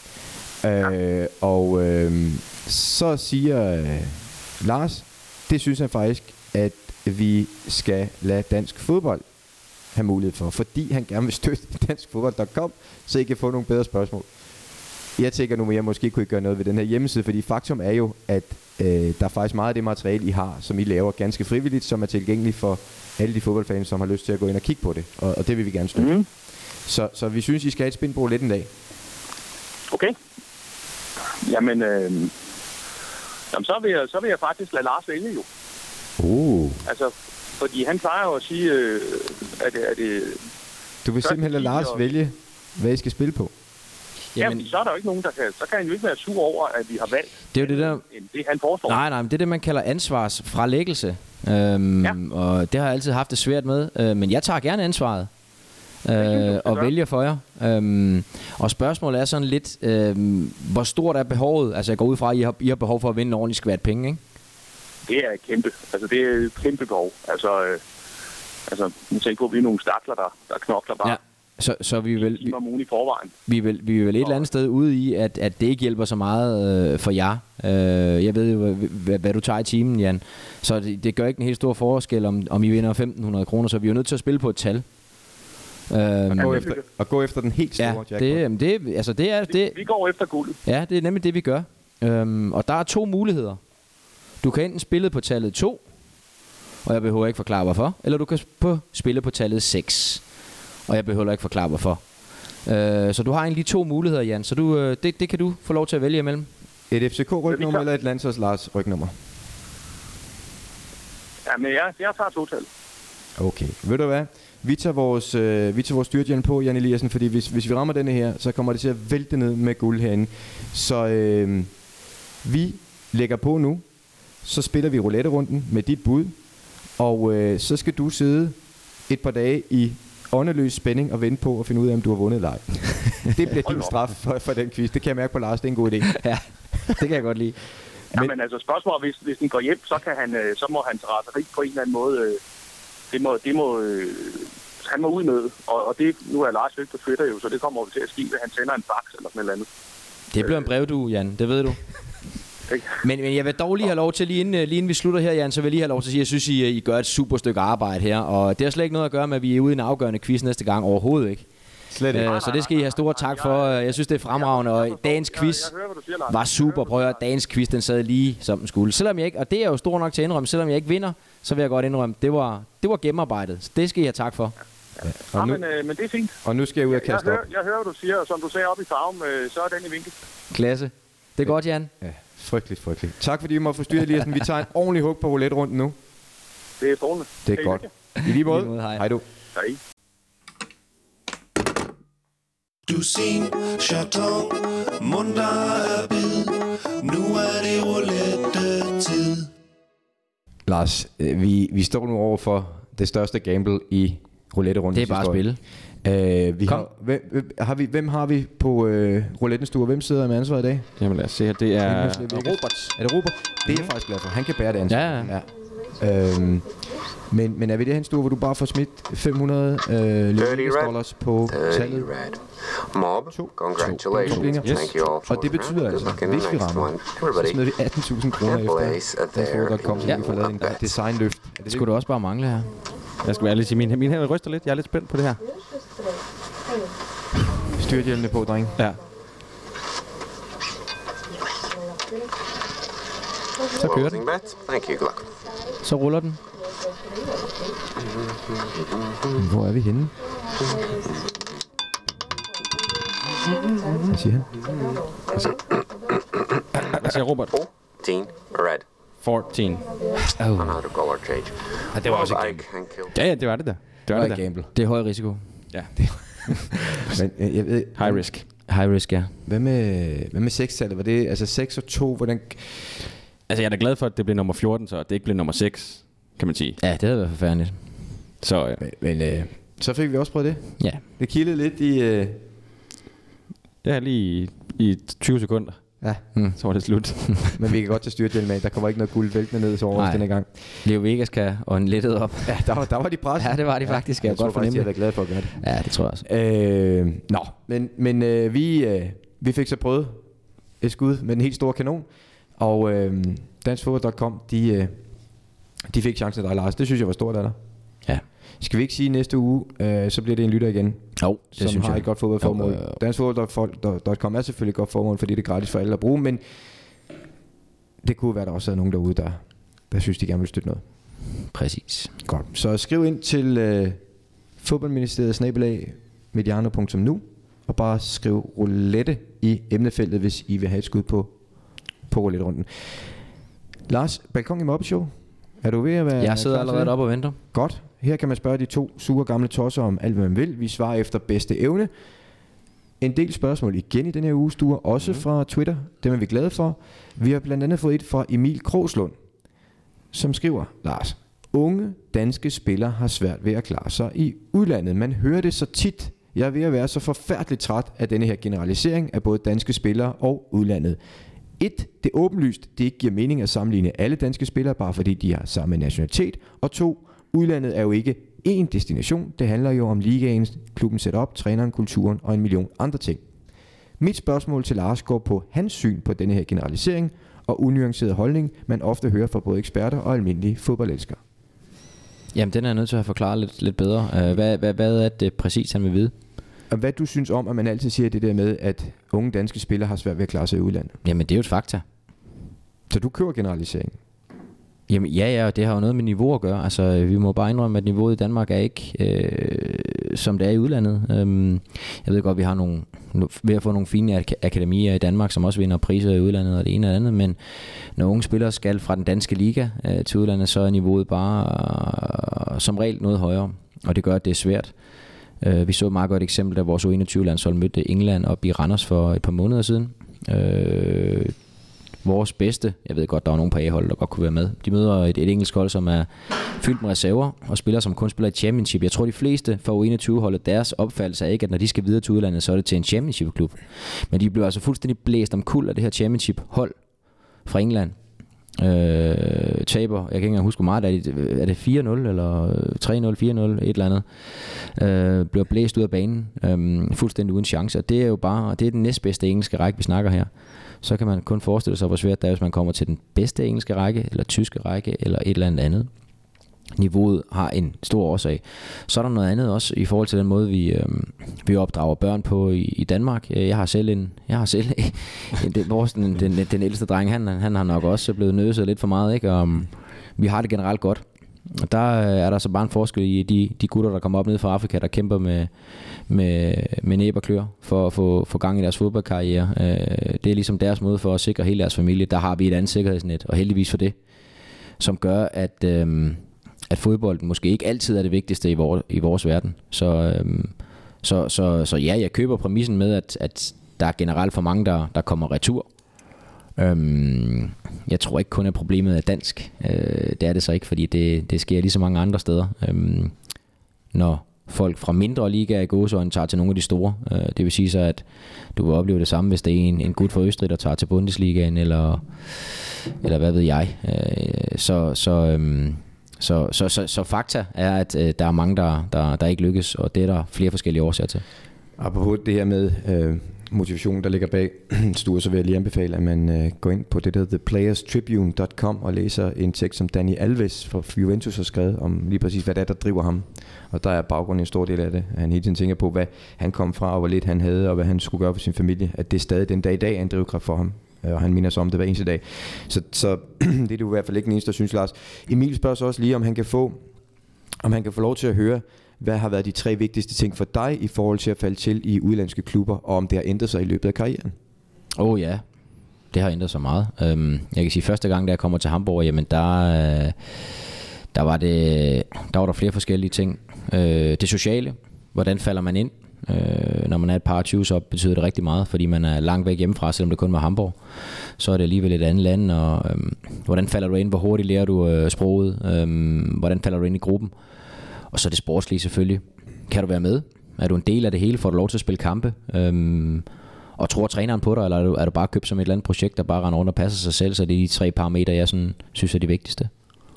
Så siger Lars, det synes han faktisk, at vi skal lade dansk fodbold have mulighed for, fordi han gerne vil støtte danskfodbold.com, så I kan få nogle bedre spørgsmål. Jeg tænker nu, at jeg måske kunne gøre noget ved den her hjemmeside, fordi faktum er jo, at der er faktisk meget af det materiale, I har, som I laver ganske frivilligt, som er tilgængeligt for alle de fodboldfans, som har lyst til at gå ind og kigge på det, og det vil vi gerne støtte. Så vi synes, I skal have et spin på lidt en dag. Okay. Jamen, så vil jeg faktisk lade Lars vælge jo. Altså, fordi han plejer jo at sige, at det... Du vil simpelthen lade Lars vælge, hvad I skal spille på? Jamen, så er der jo ikke nogen, der kan... Så kan han jo ikke være sur over, at vi har valgt det er jo det der, det, han foreslår. Nej, men det er det, man kalder ansvarsfralæggelse. Og det har jeg altid haft det svært med. Men jeg tager gerne ansvaret. Og vælger for jer. Og spørgsmålet er sådan lidt, hvor stort er behovet? Altså jeg går ud fra, at I har behov for at vinde en ordentlig skvært penge, ikke? Det er kæmpe. Altså det er et kæmpe behov. Altså nu tænker på, at vi er nogle stakler, der knokler bare. Ja. Så vi vil i forvejen. Vi vil et eller andet sted ude i, at det ikke hjælper så meget for jer. Jeg ved jo, hvad du tager i timen, Jan. Så det gør ikke en helt stor forskel, om I vinder 1.500 kroner, så vi er jo nødt til at spille på et tal. Og gå efter den helt store jackpot. Vi går efter guldet. Ja, det er nemlig det, vi gør. Og der er 2 muligheder. Du kan enten spille på tallet 2, og jeg behøver ikke forklare hvorfor, eller du kan spille på tallet 6, og jeg behøver ikke forklare hvorfor. Så du har egentlig 2 muligheder, Jan, så det kan du få lov til at vælge imellem. Et FCK-rygnummer eller et landsholds Lars rygnummer? Jamen, jeg tager 2-tal. Okay, ved du hvad? Vi tager vores styrthjelm på, Jan Eliassen, fordi hvis vi rammer denne her, så kommer det til at vælte ned med guld herinde. Så vi lægger på nu, så spiller vi roulette-runden med dit bud, og så skal du sidde et par dage i åndeløs spænding og vente på at finde ud af, om du har vundet eller ej. Det bliver din straf for den quiz. Det kan jeg mærke på Lars, det er en god idé. Ja, det kan jeg godt lide. Men altså spørgsmålet, hvis den går hjem, så må hans raseri på en eller anden måde, han må ud med, og det, nu er Lars ikke på Twitter jo, så det kommer over til at ske, at han sender en fax eller sådan et eller andet. Det bliver en brevdue, Jan, det ved du. Men jeg vil dog lige have lov til, lige inden vi slutter her, Jan, så vil jeg lige have lov til at sige, at jeg synes, I gør et super stykke arbejde her, og det har slet ikke noget at gøre med, at vi er ude i en afgørende quiz næste gang, overhovedet ikke. Slet ikke. Så det skal I have store tak for. Jeg synes, det er fremragende, og dagens quiz var super. Prøv at høre, dagens quiz, den sad lige som den skulle. Selvom jeg ikke, og det er jo stor nok til at indrømme, selvom jeg ikke vinder, så vil jeg godt indrømme, det var gennemarbejdet. Så det skal I have tak for. Ja. Men det er fint. Og nu skal jeg ud og kaste op. Jeg hører, hvad du siger, og som du sagde op i farven, så er den i vinkel. Klasse. Det er godt, Jan. Ja, frygteligt. Tak fordi I må forstyrre, Eliassen. Vi tager en ordentlig hug på roulette-runden nu. Det er strålende. Det er godt. I lige måde. Hej du. Hej. Dusin, chaton, munter er bid. Nu er det roulette-tid. Lars, vi står nu over for det største gamble i roulette-runden. Det er bare at spille. Hvem har vi på roulettens stue? Hvem sidder med ansvaret i dag? Jamen lad os se her, det er Robert. Er det Robert? Det er jeg faktisk glad for. Han kan bære det ansvar. Ja. Men er vi det her en stue, hvor du bare får smidt 500 $500 på tallet? Mob, congratulations. Yes. Thank you all for Og det betyder altså, hvis vi rammer, så smider vi 18.000 kroner efter danfoder.com, så vi får lavet en designløft. Det skulle du også bare mangle her. Jeg skal være ærlig til min hænder ryster lidt. Jeg er lidt spændt på det her. Styrthjelmene på, dreng. Ja. Så kører den. Så ruller den. Hvor er vi henne? Hvad siger han? Hvad siger Robert? 14 red. 14. Another color change. Det var også et gamble. Ja, det var det der. Det var et gamble. Det er høj risiko. Ja. Men jeg ved, high risk. High risk, ja. Hvad med 6-tallet? Var det altså 6 og 2? Hvordan? Altså jeg er da glad for, at det blev nummer 14, så det ikke blev nummer 6, kan man sige. Ja, det havde været forfærdeligt. Så Men så fik vi også prøvet det. Ja. Det kildede lidt i... Ja, lige i 20 sekunder. Ja. Så var det slut. Men vi kan godt tage styrthjelm med. Der kommer ikke noget guld væltende ned så over denne gang. Leo Vegas kan ånde lettet op. Ja, der var de presset. Ja, det var de faktisk. Jeg tror faktisk, de har været glade for at gøre det. Ja, det tror jeg også. Men vi fik så prøvet et skud med den helt store kanon. Og danskfodbold.com, de fik chancen af dig, Lars. Det synes jeg var stort af dig. Ja. Skal vi ikke sige næste uge, så bliver det en lytter igen, det som synes har jeg. et godt fodboldformål. Danskfodbold.com er selvfølgelig et godt formål, fordi det er gratis for alle at bruge, men det kunne være, der også er nogen derude, der synes, de gerne vil støtte noget. Præcis. Godt. Så skriv ind til fodboldministeriet@mediano.nu og bare skriv roulette i emnefeltet, hvis I vil have et skud på roulette-runden. Lars, balkon i Mobbeshow. Er du ved at være... Jeg sidder allerede oppe og venter. Godt. Her kan man spørge de 2 sure gamle tosser om alt, hvad man vil. Vi svarer efter bedste evne. En del spørgsmål igen i den her uges stue, også fra Twitter. Dem er vi glade for. Vi har blandt andet fået et fra Emil Krogslund, som skriver, Lars, unge danske spillere har svært ved at klare sig i udlandet. Man hører det så tit. Jeg er ved at være så forfærdeligt træt af denne her generalisering af både danske spillere og udlandet. 1. Det er åbenlyst, det ikke giver mening at sammenligne alle danske spillere, bare fordi de har samme nationalitet. Og 2. Udlandet er jo ikke én destination. Det handler jo om ligaen, klubben setup, træneren, kulturen og en million andre ting. Mit spørgsmål til Lars går på hans syn på denne her generalisering og unuancerede holdning, man ofte hører fra både eksperter og almindelige fodboldelskere. Jamen, den er jeg nødt til at forklare lidt bedre. Hvad er det præcis, han vil vide? Og hvad du synes om, at man altid siger det der med, at unge danske spillere har svært ved at klare sig i udlandet? Jamen, det er jo et fakta. Så du køber generaliseringen? Jamen ja, og det har jo noget med niveau at gøre. Altså, vi må bare indrømme, at niveauet i Danmark er ikke, som det er i udlandet. Jeg ved godt, vi har ved at få nogle fine akademier i Danmark, som også vinder priser i udlandet og det ene og det andet, men når unge spillere skal fra den danske liga til udlandet, så er niveauet bare som regel noget højere, og det gør, at det er svært. Vi så et meget godt eksempel, da vores U21-landshold mødte England op i Randers for et par måneder siden. Vores bedste, jeg ved godt, der var nogen på A-holdet, der godt kunne være med. De møder et engelsk hold, som er fyldt med reserver, og spiller, som kun spiller i Championship. Jeg tror, de fleste fra U21-holdet, deres opfattelse er ikke, at når de skal videre til udlandet, så er det til en Championship-klub. Men de blev altså fuldstændig blæst omkuld af det her Championship-hold fra England. Taber, jeg kan ikke engang huske, hvor meget er det 4-0 eller 3-0, 4-0, et eller andet. Bliver blæst ud af banen, fuldstændig uden chance. Og det er jo bare, det er den næstbedste engelske række, vi snakker her. Så kan man kun forestille sig, hvor svært det er, hvis man kommer til den bedste engelske række, eller tyske række, eller et eller andet. Niveauet har en stor årsag. Så er der noget andet også i forhold til den måde, vi opdrager børn på i Danmark. Jeg har selv den ældste dreng, han har nok også blevet nøset lidt for meget, ikke? Og vi har det generelt godt. Og der er der så bare en forskel i de gutter, der kommer op ned fra Afrika, der kæmper med næb og klør for at få gang i deres fodboldkarriere. Det er ligesom deres måde for at sikre hele deres familie. Der har vi et andet sikkerhedsnet, og heldigvis for det, som gør, at fodbolden måske ikke altid er det vigtigste i vores verden. Så ja, jeg køber præmissen med, at der er generelt for mange, der kommer retur. Jeg tror ikke kun, at problemet er dansk. Det er det så ikke, fordi det sker lige så mange andre steder. Når folk fra mindre ligaer i gåseøjne tager til nogle af de store. Det vil sige så, at du vil opleve det samme, hvis det er en gut fra Østrig, der tager til Bundesligaen, eller hvad ved jeg. Så fakta er, at der er mange, der ikke lykkes, og det er der flere forskellige årsager til. Apropos det her med motivation, der ligger bag Sture, så vil jeg lige anbefale, at man går ind på det der theplayerstribune.com og læser en tekst, som Dani Alves fra Juventus har skrevet om lige præcis, hvad det er, der driver ham. Og der er baggrunden en stor del af det. Han hele tiden tænker på, hvad han kom fra, og hvor lidt han havde, og hvad han skulle gøre for sin familie. At det stadig den dag i dag er en drivkraft for ham. Og han minder sig om det hver eneste dag. Så det er du i hvert fald ikke den eneste, der synes, Lars. Emil spørger så også lige, om han kan få lov til at høre, hvad har været de 3 vigtigste ting for dig i forhold til at falde til i udlandske klubber, og om det har ændret sig i løbet af karrieren? Ja, det har ændret sig meget. Jeg kan sige, første gang, da jeg kommer til Hamburg, jamen der var der flere forskellige ting. Det sociale, hvordan falder man ind? Når man er et par 20, så betyder det rigtig meget, fordi man er langt væk hjemmefra, selvom det kun var Hamburg. Så er det alligevel et andet land, og hvordan falder du ind? Hvor hurtigt lærer du sproget? Hvordan falder du ind i gruppen? Og så det sportslige selvfølgelig. Kan du være med? Er du en del af det hele? Får du lov til at spille kampe? Og tror træneren på dig, eller er du bare købt som et eller andet projekt, der bare render rundt og passer sig selv? Så det er de 3 parametre, jeg synes er de vigtigste.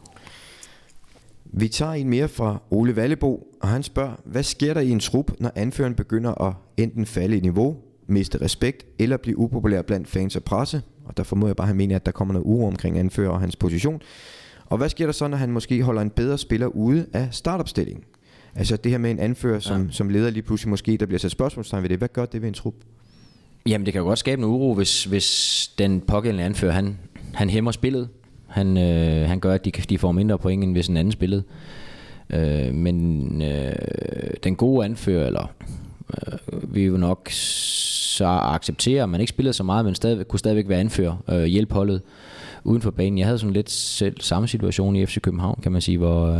Vi tager en mere fra Ole Vallebo, og han spørger, hvad sker der i en trup, når anføreren begynder at enten falde i niveau, miste respekt, eller blive upopulær blandt fans og presse? Og der formoder jeg bare, at han mener, at der kommer noget uro omkring anfører og hans position. Og hvad sker der så, når han måske holder en bedre spiller ude af startopstillingen? Altså det her med en anfører, som leder lige pludselig måske, der bliver sat spørgsmålstegn ved det. Hvad gør det ved en trup? Jamen det kan jo godt skabe en uro, hvis den pågældende anfører, han hæmmer spillet. Han gør, at de får mindre point, end hvis en anden spillede. Men den gode anfører, eller vi jo nok så acceptere, at man ikke spillede så meget, men kunne stadigvæk være anfører, hjælpe holdet uden for banen. Jeg havde sådan lidt selv samme situation i FC København, kan man sige, hvor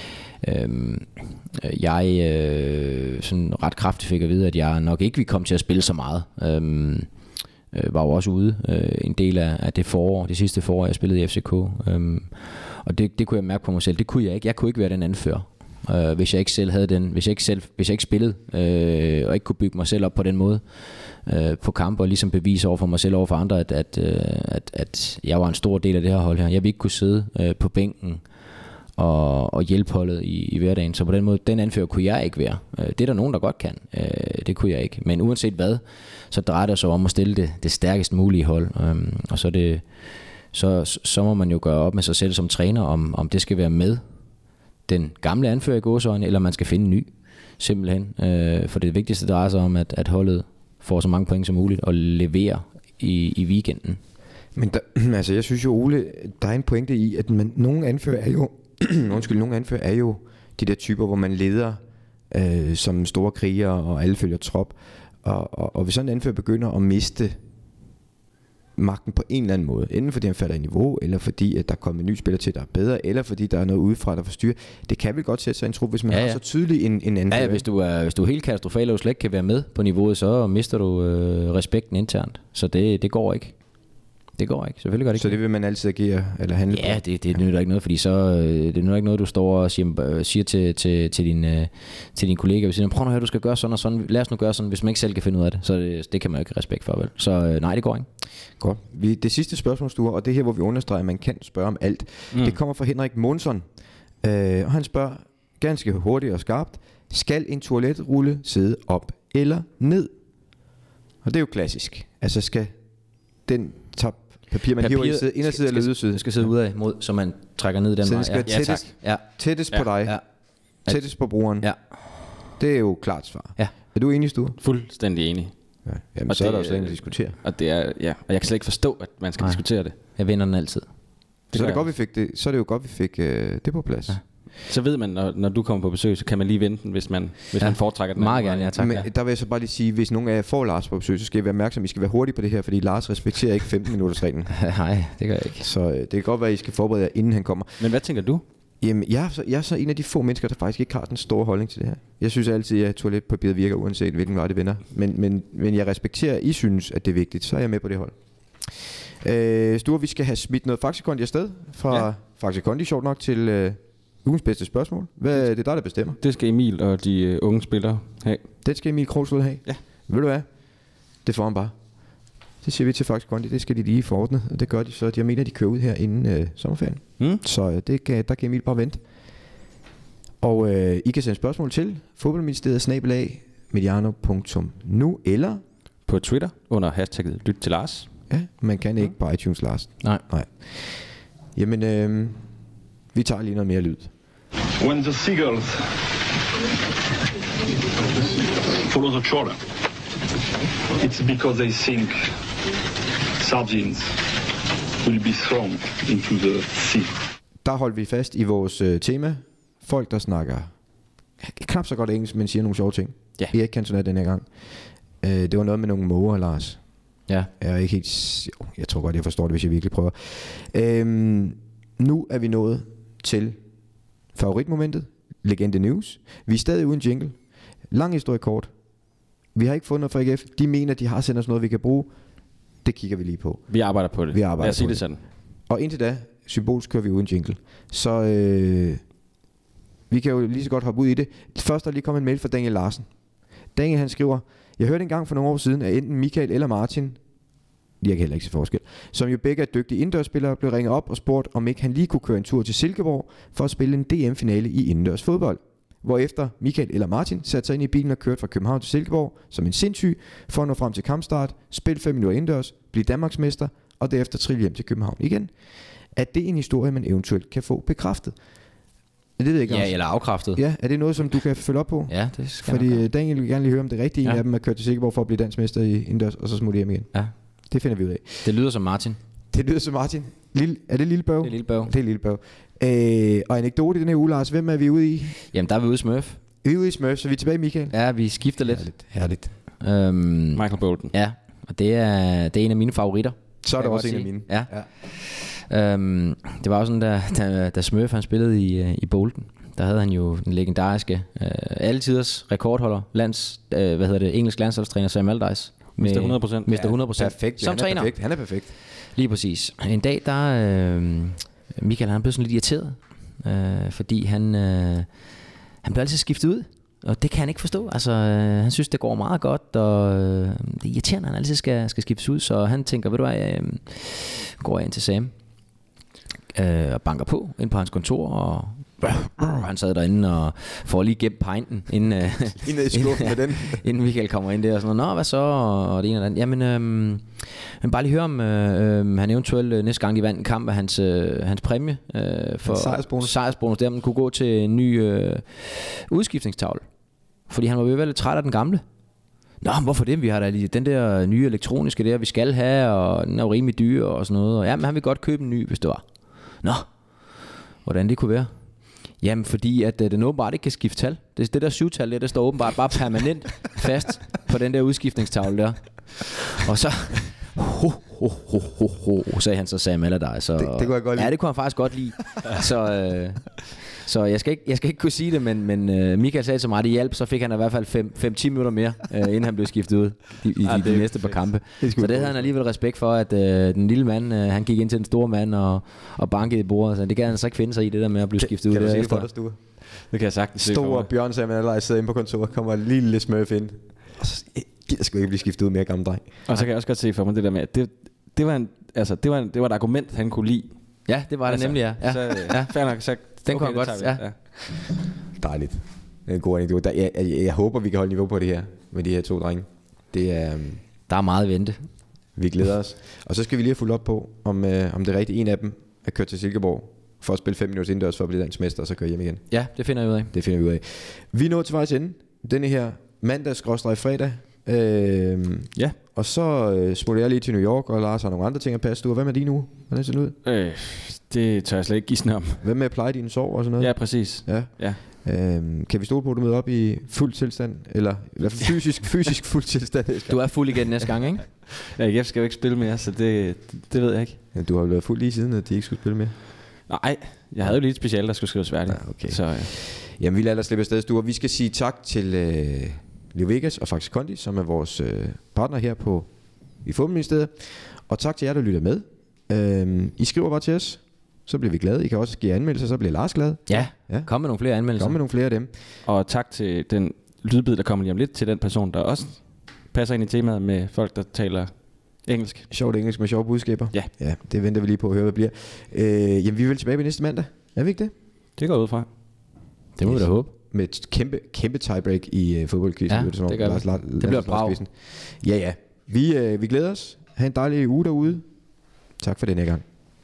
jeg sådan ret kraftigt fik at vide, at jeg nok ikke ville komme til at spille så meget. Var jo også ude en del af det sidste forår, jeg spillede i FCK. Og det kunne jeg mærke på mig selv. Det kunne jeg ikke. Jeg kunne ikke være den anfører, hvis jeg ikke selv havde den. Hvis jeg ikke spillede og ikke kunne bygge mig selv op på den måde på kampe og ligesom bevise over for mig selv over for andre, at jeg var en stor del af det her hold her. Jeg ville ikke kunne sidde på bænken og hjælpe holdet i hverdagen. Så på den måde, den anfører kunne jeg ikke være. Det er der nogen, der godt kan. Det kunne jeg ikke. Men uanset hvad, så drejer det sig om at stille det stærkest mulige hold. Og så må man jo gøre op med sig selv som træner, om det skal være med den gamle anfører i gåseøjne, eller man skal finde en ny, simpelthen. For det vigtigste drejer sig om, at holdet får så mange point som muligt og leverer i weekenden. Men altså, jeg synes jo, Ole, der er en pointe i, at nogle anfører er jo de der typer, hvor man leder som store krigere, og alle følger trop. Og hvis sådan en anfører begynder at miste magten på en eller anden måde, enten fordi han falder i niveau, eller fordi at der kommer en ny spiller til, der er bedre, eller fordi der er noget udefra, der forstyrrer. Det kan vel godt sætte sig en trup, hvis man har så tydelig en anfører. Ja, hvis du er helt katastrofal, og du slet ikke kan være med på niveauet, så mister du respekten internt. Så det går ikke. Det går ikke, selvfølgelig gør det ikke. Så det vil man altid agere eller handle på? Ja, det nytter ikke noget, fordi så det nytter ikke noget, du står og siger til din kollega, hvis prøv nu her, du skal gøre sådan og sådan, lad os nu gøre sådan, hvis man ikke selv kan finde ud af det, så det kan man jo ikke respekt for, vel? Så nej, det går ikke. Godt. Det sidste spørgsmål, Sture, og det her, hvor vi understreger, at man kan spørge om alt, det kommer fra Henrik Månsson, og han spørger ganske hurtigt og skarpt, skal en toiletrulle sidde op eller ned? Og det er jo klassisk. Altså skal den papir, man hiver i inderside eller yderside? Det skal sidde udad mod, så man trækker ned den vej. Så det skal tættest på dig, tættest på brugeren. Ja. Det er jo klart svar. Ja. Er du enig, Sture? Fuldstændig enig. Ja. Jamen, og så er der jo slet ikke at diskutere. Og det er, og jeg kan slet ikke forstå, at man skal diskutere det. Jeg vinder den altid. Så er det godt, vi fik det. Så er det jo godt, vi fik det på plads. Ja. Så ved man, når du kommer på besøg, så kan man lige vente den, hvis man foretrækker den. Meget gerne, ja tak. Men der vil jeg så bare lige sige, hvis nogen af jer får Lars på besøg, så skal I være opmærksom, I skal være hurtige på det her, fordi Lars respekterer ikke 15 minutters reglen. Nej, det gør jeg ikke. Så det kan godt være, at I skal forberede jer, inden han kommer. Men hvad tænker du? Jamen, jeg er så en af de få mennesker, der faktisk ikke har den store holdning til det her. Jeg synes altid, at toiletpapiret virker, uanset hvilken vej det vender. Men jeg respekterer, at I synes, at det er vigtigt. Så er jeg med på det hold. Sture, vi skal have smidt noget Faxe Kondi afsted fra Faxe Kondi, sjovt nok, til ugens bedste spørgsmål. Hvad er det der bestemmer? Det skal Emil og de unge spillere have. Det skal Emil Krogsved have? Ja. Ved du hvad? Det får han bare. Det siger vi til Faxe Kondi, det skal de lige forordne, og det gør de så. Jeg mener, de kører ud her inden sommerferien. Så der kan Emil bare vente. Og I kan sende spørgsmål til fodboldministeriet@mediano.nu eller på Twitter under hashtagget lyt til Lars. Ja, man kan ikke på iTunes, Lars. Nej. Jamen, vi tager lige noget mere lyd. When the seagulls follow the trawler, it's because they think sardines will be thrown into the sea. Der holdt vi fast i vores tema. Folk, der snakker knap så godt engelsk, men siger nogle sjove ting. Ja. Erik Cantona den her gang. Det var noget med nogle måger, Lars. Ja. Jeg er ikke helt... Jeg tror godt, jeg forstår det, hvis jeg virkelig prøver. Nu er vi nået til favoritmomentet. Legende News. Vi er stadig uden jingle. Lang historie kort. Vi har ikke fundet noget fra AGF. De mener, de har sendt os noget, vi kan bruge. Det kigger vi lige på. Vi arbejder på det. Lad os sige det sådan. Og indtil da, symbolsk kører vi uden jingle. Så vi kan jo lige så godt hoppe ud i det. Først er lige kommet en mail fra Daniel Larsen. Daniel han skriver: jeg hørte engang for nogle år siden, at enten Michael eller Martin, jeg kan heller ikke se forskel, som jo begge er dygtige indendørsspillere, blev ringet op og spurgt, om ikke han lige kunne køre en tur til Silkeborg for at spille en DM-finale i indendørs fodbold. Hvorefter Michael eller Martin satte sig ind i bilen og kørte fra København til Silkeborg som en sindssyg for at nå frem til kampstart, spille 5 minutter indendørs, blive Danmarksmester og derefter trille hjem til København igen. Er det en historie, man eventuelt kan få bekræftet? Det ved jeg ikke også. Eller afkræftet. Ja, er det noget, som du kan følge op på? Ja, det skal Fordi Daniel vil gerne lige høre, om det rigtige af dem er kørt til Silkeborg for at blive dansmester i indendørs, og så smutte hjem igen. Ja. Det finder vi ud af. Det lyder som Martin. Er det Lillebøv? Det er Lillebøv. Det er Lillebøv. Og anekdote i den her uge, Lars. Hvem er vi ude i? Jamen, der er vi ude i Smurf. Vi er ude i Smurf, så vi er tilbage i Michael. Ja, vi skifter lidt. Herligt. Michael Bolton. Ja, og det er en af mine favoritter. Så er det også en af mine. Ja. Det var jo sådan, da Smurf han spillede i Bolton. Der havde han jo den legendariske alletiders rekordholder, engelsk landsholdstræner Sam Allardyce. Mister 100%. Mister 100%. Perfekt. Som træner. Han er perfekt. Lige præcis. En dag, der Michael han blev sådan lidt irriteret, fordi han blev altid skiftet ud. Og det kan han ikke forstå. Altså, han synes, det går meget godt, og det er irriterende, han altid skal skiftes ud. Så han tænker, ved du hvad, går jeg ind til Sam og banker på ind på hans kontor, og han sad derinde og får lige gemt pinten inden i skuffen med den. Inden Michael kommer ind der og sådan noget. Nå, hvad så? Og det ene og det andet. Jamen, bare lige høre om han eventuelt næste gang de vandt en kamp af hans præmie for sejrsbonus, der man kunne gå til en ny udskiftningstavle. Fordi han var ved lidt træt af den gamle. Nå, hvorfor det? Vi har da lige den der nye elektroniske der, vi skal have, og den er jo rimelig dyr og sådan noget. Og ja, men han vil godt købe en ny, hvis det var. Nå, hvordan det kunne være? Jamen, fordi at den åbenbart ikke kan skifte tal. Det der 7-tal der, det står åbenbart bare permanent fast på den der udskiftningstavle der. Og så... sagde han så Sam Allardyce. Så det kunne jeg godt lide. Ja, det kunne han faktisk godt lide. Så jeg skal ikke kunne sige det, men Michael sagde til mig, at det hjalp, så fik han i hvert fald 5-10 minutter mere, inden han blev skiftet ud i de næste par kampe. Så det havde han alligevel respekt for, at den lille mand, han gik ind til den store mand og bankede i bordet. Så det kan han så ikke finde sig i, det der med at blive skiftet ud. Kan du se det for dig, Stue? Det kan jeg sagtvis se. Stor Bjørn Sam Allardyce sidder inde på kontoret, kommer en lille smørf ind. Og så gider sgu ikke blive skiftet ud mere, gammel dreng. Og så kan jeg også godt se for mig det der med, at det var et argument, han kunne lide. Ja, det var det nemlig, ja. Så, fair nok, så den kunne han godt, ja. Dejligt. Det er en god anekdote. Jeg håber, vi kan holde niveau på det her med de her to drenge. Det er, der er meget at vente. Vi glæder os. Og så skal vi lige have fuldt op på, om det er rigtigt en af dem er kørt til Silkeborg for at spille 5 minutter indendørs for at blive dansk mester, og så køre hjem igen. Ja, det finder vi ud af. Det finder vi ud af. Vi er nået til vejs ende. Denne her mandag/fredag. Ja. Og så smutter jeg lige til New York, og Lars har nogle andre ting at passe. Hvad med din uge? Hvordan ser det ud? Det tør jeg slet ikke gisne om. Hvad med at pleje dine sår og sådan noget? Ja, præcis. Ja. Kan vi stole på, at du møder op i fuld tilstand? Eller fysisk fuld tilstand? Du er fuld igen næste gang, ikke? Ja, jeg skal jo ikke spille mere, så det ved jeg ikke. Ja, du har jo været fuld lige siden, at de ikke skulle spille mere. Nej, jeg havde jo lige et speciale, der skulle skrives færdigt. Ja, okay. Så, Jamen, vi lader dig slippe afsted, Stue. Vi skal sige tak til Leo Vegas og Faxe Kondi, som er vores partner her i Fodboldministeriet. Og tak til jer, der lytter med. I skriver bare til os, så bliver vi glade. I kan også give anmeldelser, så bliver Lars glad. Ja. Kom med nogle flere anmeldelser. Kom med nogle flere af dem. Og tak til den lydbid, der kommer lige om lidt, til den person, der også passer ind i temaet med folk, der taler engelsk. Sjovt engelsk med sjove budskaber. Ja, det venter vi lige på at høre, hvad bliver. Jamen, vi er vel tilbage næste mandag. Er vi ikke det? Det går ud fra. Det må vi da håbe. Med et kæmpe tiebreak i fodboldquizzen. Ja, det gør vi. Det bliver brav. Ja. Vi glæder os. Ha' en dejlig uge derude. Tak for denne gang.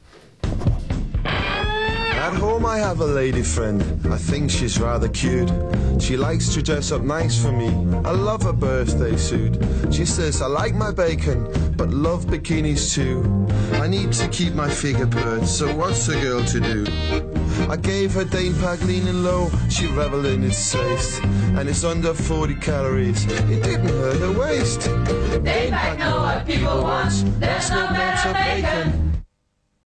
At home I have a lady friend, I think she's rather cute. She likes to dress up nice for me, I love her birthday suit. She says I like my bacon, but love bikinis too. I need to keep my figure pert, so what's a girl to do? I gave her Dane Pack leaning low, she reveled in its taste. And it's under 40 calories, it didn't hurt her waist. Dane Pack know what people want, there's no better bacon.